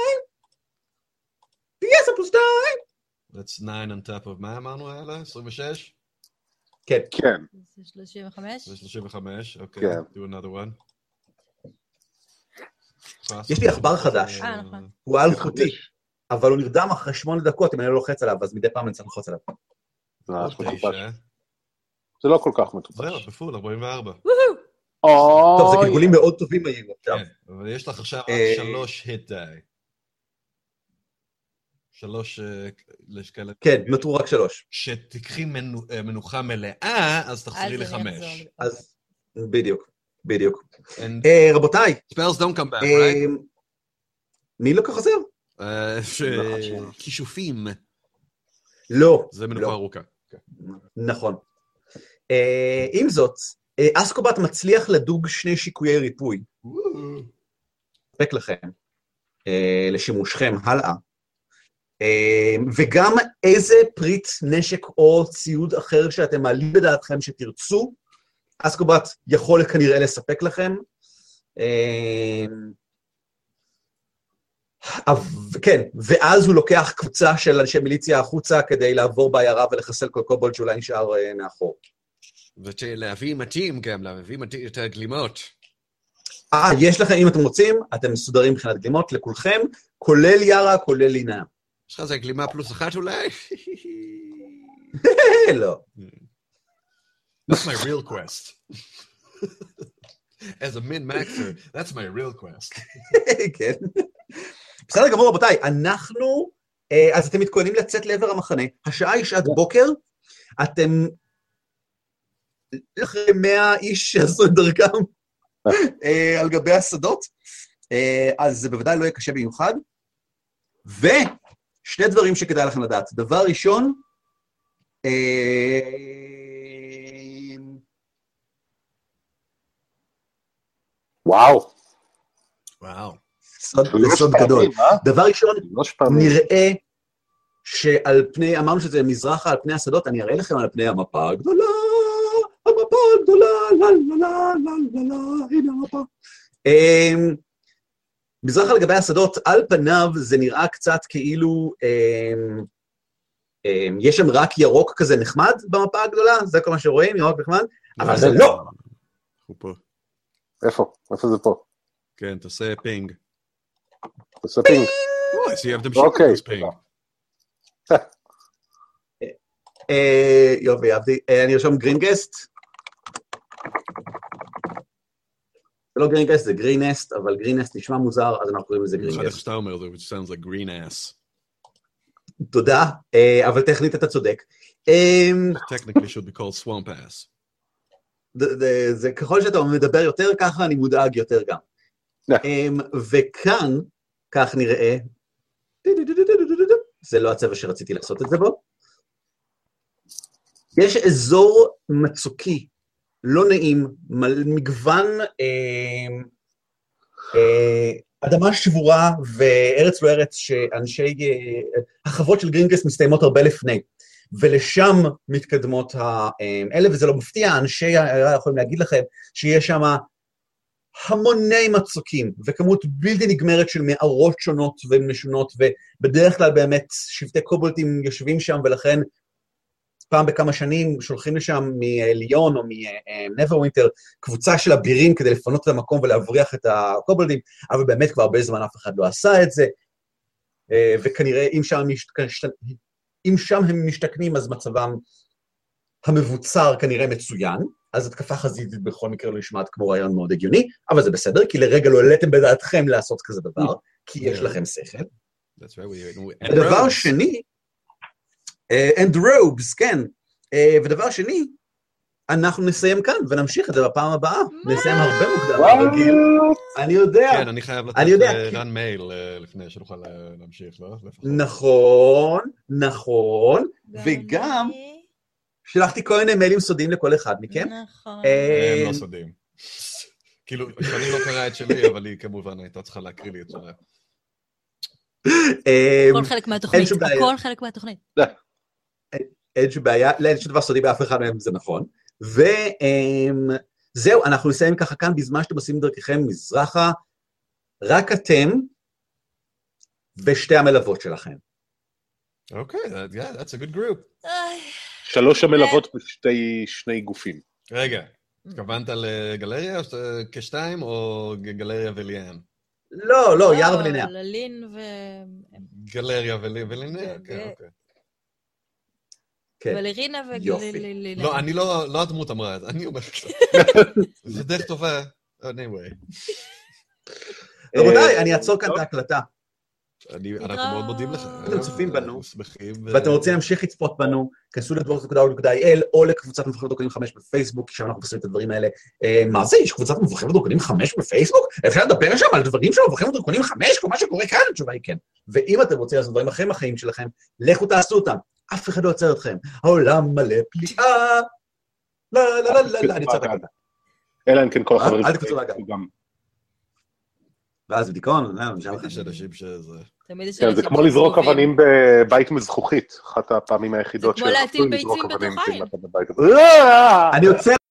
D10 פלוס 2! That's 9 on top of מה אמרנו האלה? 26? כן. כן. זה 35? זה 35, אוקיי. כן. Do another one. יש לי עכבר חדש. נכון. הוא אלחוטי, אבל הוא נרדם אחרי 8 דקות, אם אני לא לוחץ עליו, אז מדי פעם אני צריך ללחוץ עליו. זה ממש עוד מטופש. 9. זה לא כל כך מטופש. זהו, בפול, 44. טוב, זה גלגולים מאוד טובים היו עכשיו. כן, אבל יש לך עכשיו רק 3 hit die. 3 לשקלת. כן, נותרו רק 3. כשתקחי מנוחה מלאה, אז תחזרי ל5. אז בדיוק. רבותיי. Spells don't come back, right? מי לא כחזר? כישופים. לא. זה מנוחה ארוכה. נכון. עם זאת, אסקובט מצליח לדוג 2 שיקויי ריפוי. ספק לכם, לשימושכם הלאה. וגם איזה פריט נשק או ציוד אחר שאתם מעלים בדעתכם שתרצו, אסקובט יכול כנראה לספק לכם. כן, ואז הוא לוקח קבוצה של אנשי מיליציה החוצה כדי לעבור בעיירה ולחסל כל קובולד שאולי נשאר מאחור. ולהביא מתאים גם, להביא מתאים את הגלימות. יש לכם, אם אתם רוצים, אתם מסודרים מבחינת גלימות לכולכם, כולל יארה, כולל לינה. יש לך איזה גלימה פלוס 1 אולי? לא. That's my real quest. As a min-maxer, that's my real quest. כן. בסדר גמור, רבותיי, אנחנו, אז אתם מתכוננים לצאת לעבר המחנה, השעה היא שעת בוקר, אתם, אחרי 100 איש שעשו את דרכם על גבי השדות, אז זה בוודאי לא יהיה קשה במיוחד, ושני דברים שכדאי לכם לדעת. דבר ראשון, וואו. זה סוד גדול. דבר ראשון, נראה שעל פני, אמרנו שזה מזרחה על פני השדות, אני אראה לכם על פני המפה הגדולה, הנה המפה. מזרחה לגבי השדות, על פניו זה נראה קצת כאילו, יש שם רק ירוק כזה נחמד במפה הגדולה, זה כל מה שרואים, ירוק נחמד, אבל זה לא. הוא פה. איפה? איפה זה פה? כן, תעשה פינג. תעשה פינג. אוקיי. יופי, אהבתי. אני ארשום גרינגסט. זה לא גרינגסט, זה גרינסט, אבל גרינסט נשמע מוזר, אז אנחנו קוראים לזה גרינגסט. איך שאתה אומר זה, which sounds like green ass. תודה, אבל טכנית אתה צודק. Technically should be called swamp ass. זה ככל שאתה מדבר יותר, ככה אני מודאג יותר גם. וכאן, כך נראה, זה לא הצבע שרציתי לעשות את זה בו, יש אזור מצוקי, לא נעים, מגוון אדמה שבורה וארץ לא ארץ שאנשי, החוות של גרינגסט מסתיימות הרבה לפני, ולשם מתקדמות האלה, וזה לא מפתיע, אנשי העירה יכולים להגיד לכם שיש שם המוני מצוקים, וכמות בלתי נגמרת של מערות שונות ומשונות, ובדרך כלל באמת שבטי קובולטים יושבים שם, ולכן פעם בכמה שנים שולחים לשם מליון או מנברווינטר קבוצה של אבירים כדי לפנות את המקום ולהבריח את הקובולטים, אבל באמת כבר הרבה זמן אף אחד לא עשה את זה, וכנראה אם שם הם משתכנים, אז מצבם המבוצר כנראה מצוין, אז התקפה חזיתית בכל מקרה לא נשמעת כמו רעיון מאוד הגיוני, אבל זה בסדר, כי לרגע לא העליתם בדעתכם לעשות כזה דבר, כי יש לכם שכל. ודבר שני, and robes, כן, ודבר שני, אנחנו נסיים כאן ונמשיך את זה בפעם הבאה, נסיים הרבה מוקדם רגיל, אני יודע. כן, אני חייב לתת רן מייל לפני שנוכל להמשיך, לא? נכון, וגם שלחתי כל מיני מיילים סודיים לכל אחד מכם. נכון. הם לא סודיים. כאילו, אני לא קרא את שלי, אבל היא כמובן הייתה צריכה להקריא לי את שלה. כל חלק מהתוכנית, הכל חלק מהתוכנית. אין שום בעיה, אין שום דבר סודי באף אחד מהם, זה נכון. וזהו, אנחנו נסיים ככה כאן, בזמן שאתם עושים דרככם מזרחה, רק אתם ושתי המלוות שלכם. אוקיי, that's a good group. 3 המלוות בשני גופים. רגע, התכוונת לגלריה כשתיים, או גלריה וליאן? לא, יער וליניה. ללין ו... גלריה וליניה, אוקיי. ולרינה וגליליניה. לא, אני לא הדמות אמרה את זה, אני אומר את זה. זה דרך טובה, anyway. רבותיי, אני אעצור כאן את ההקלטה. אנחנו מאוד מודים לך. אתם צופים בנו, שמחים. ואתם רוצים להמשיך לצפות בנו, כנסו לדרוקס.il או לקבוצת מבקרים ודרקונים 5 בפייסבוק, כי שם אנחנו מפרסמים את הדברים האלה. מה זה? יש קבוצת מבקרים ודרקונים 5 בפייסבוק? אפשר לדבר שם על דברים של מבקרים ודרקונים 5, כל מה שקורה כאן, התשובה היא כן. ואם אתם רוצים לעשות דברים אחרים בחיים שלכם, לכו תעשו אותם. אף אחד לא עוצר אתכם. העולם מלא פליאה. לא, אני צריך להגיד. אלא אם כן כל החברים. אל תקצור להגיד. ואז בדיכאון, יש אנשים שזה... זה כמו לזרוק אבנים בבית מזכוכית, אחת הפעמים היחידות זה כמו להטיל ביצים בתוך עין. אני יוצא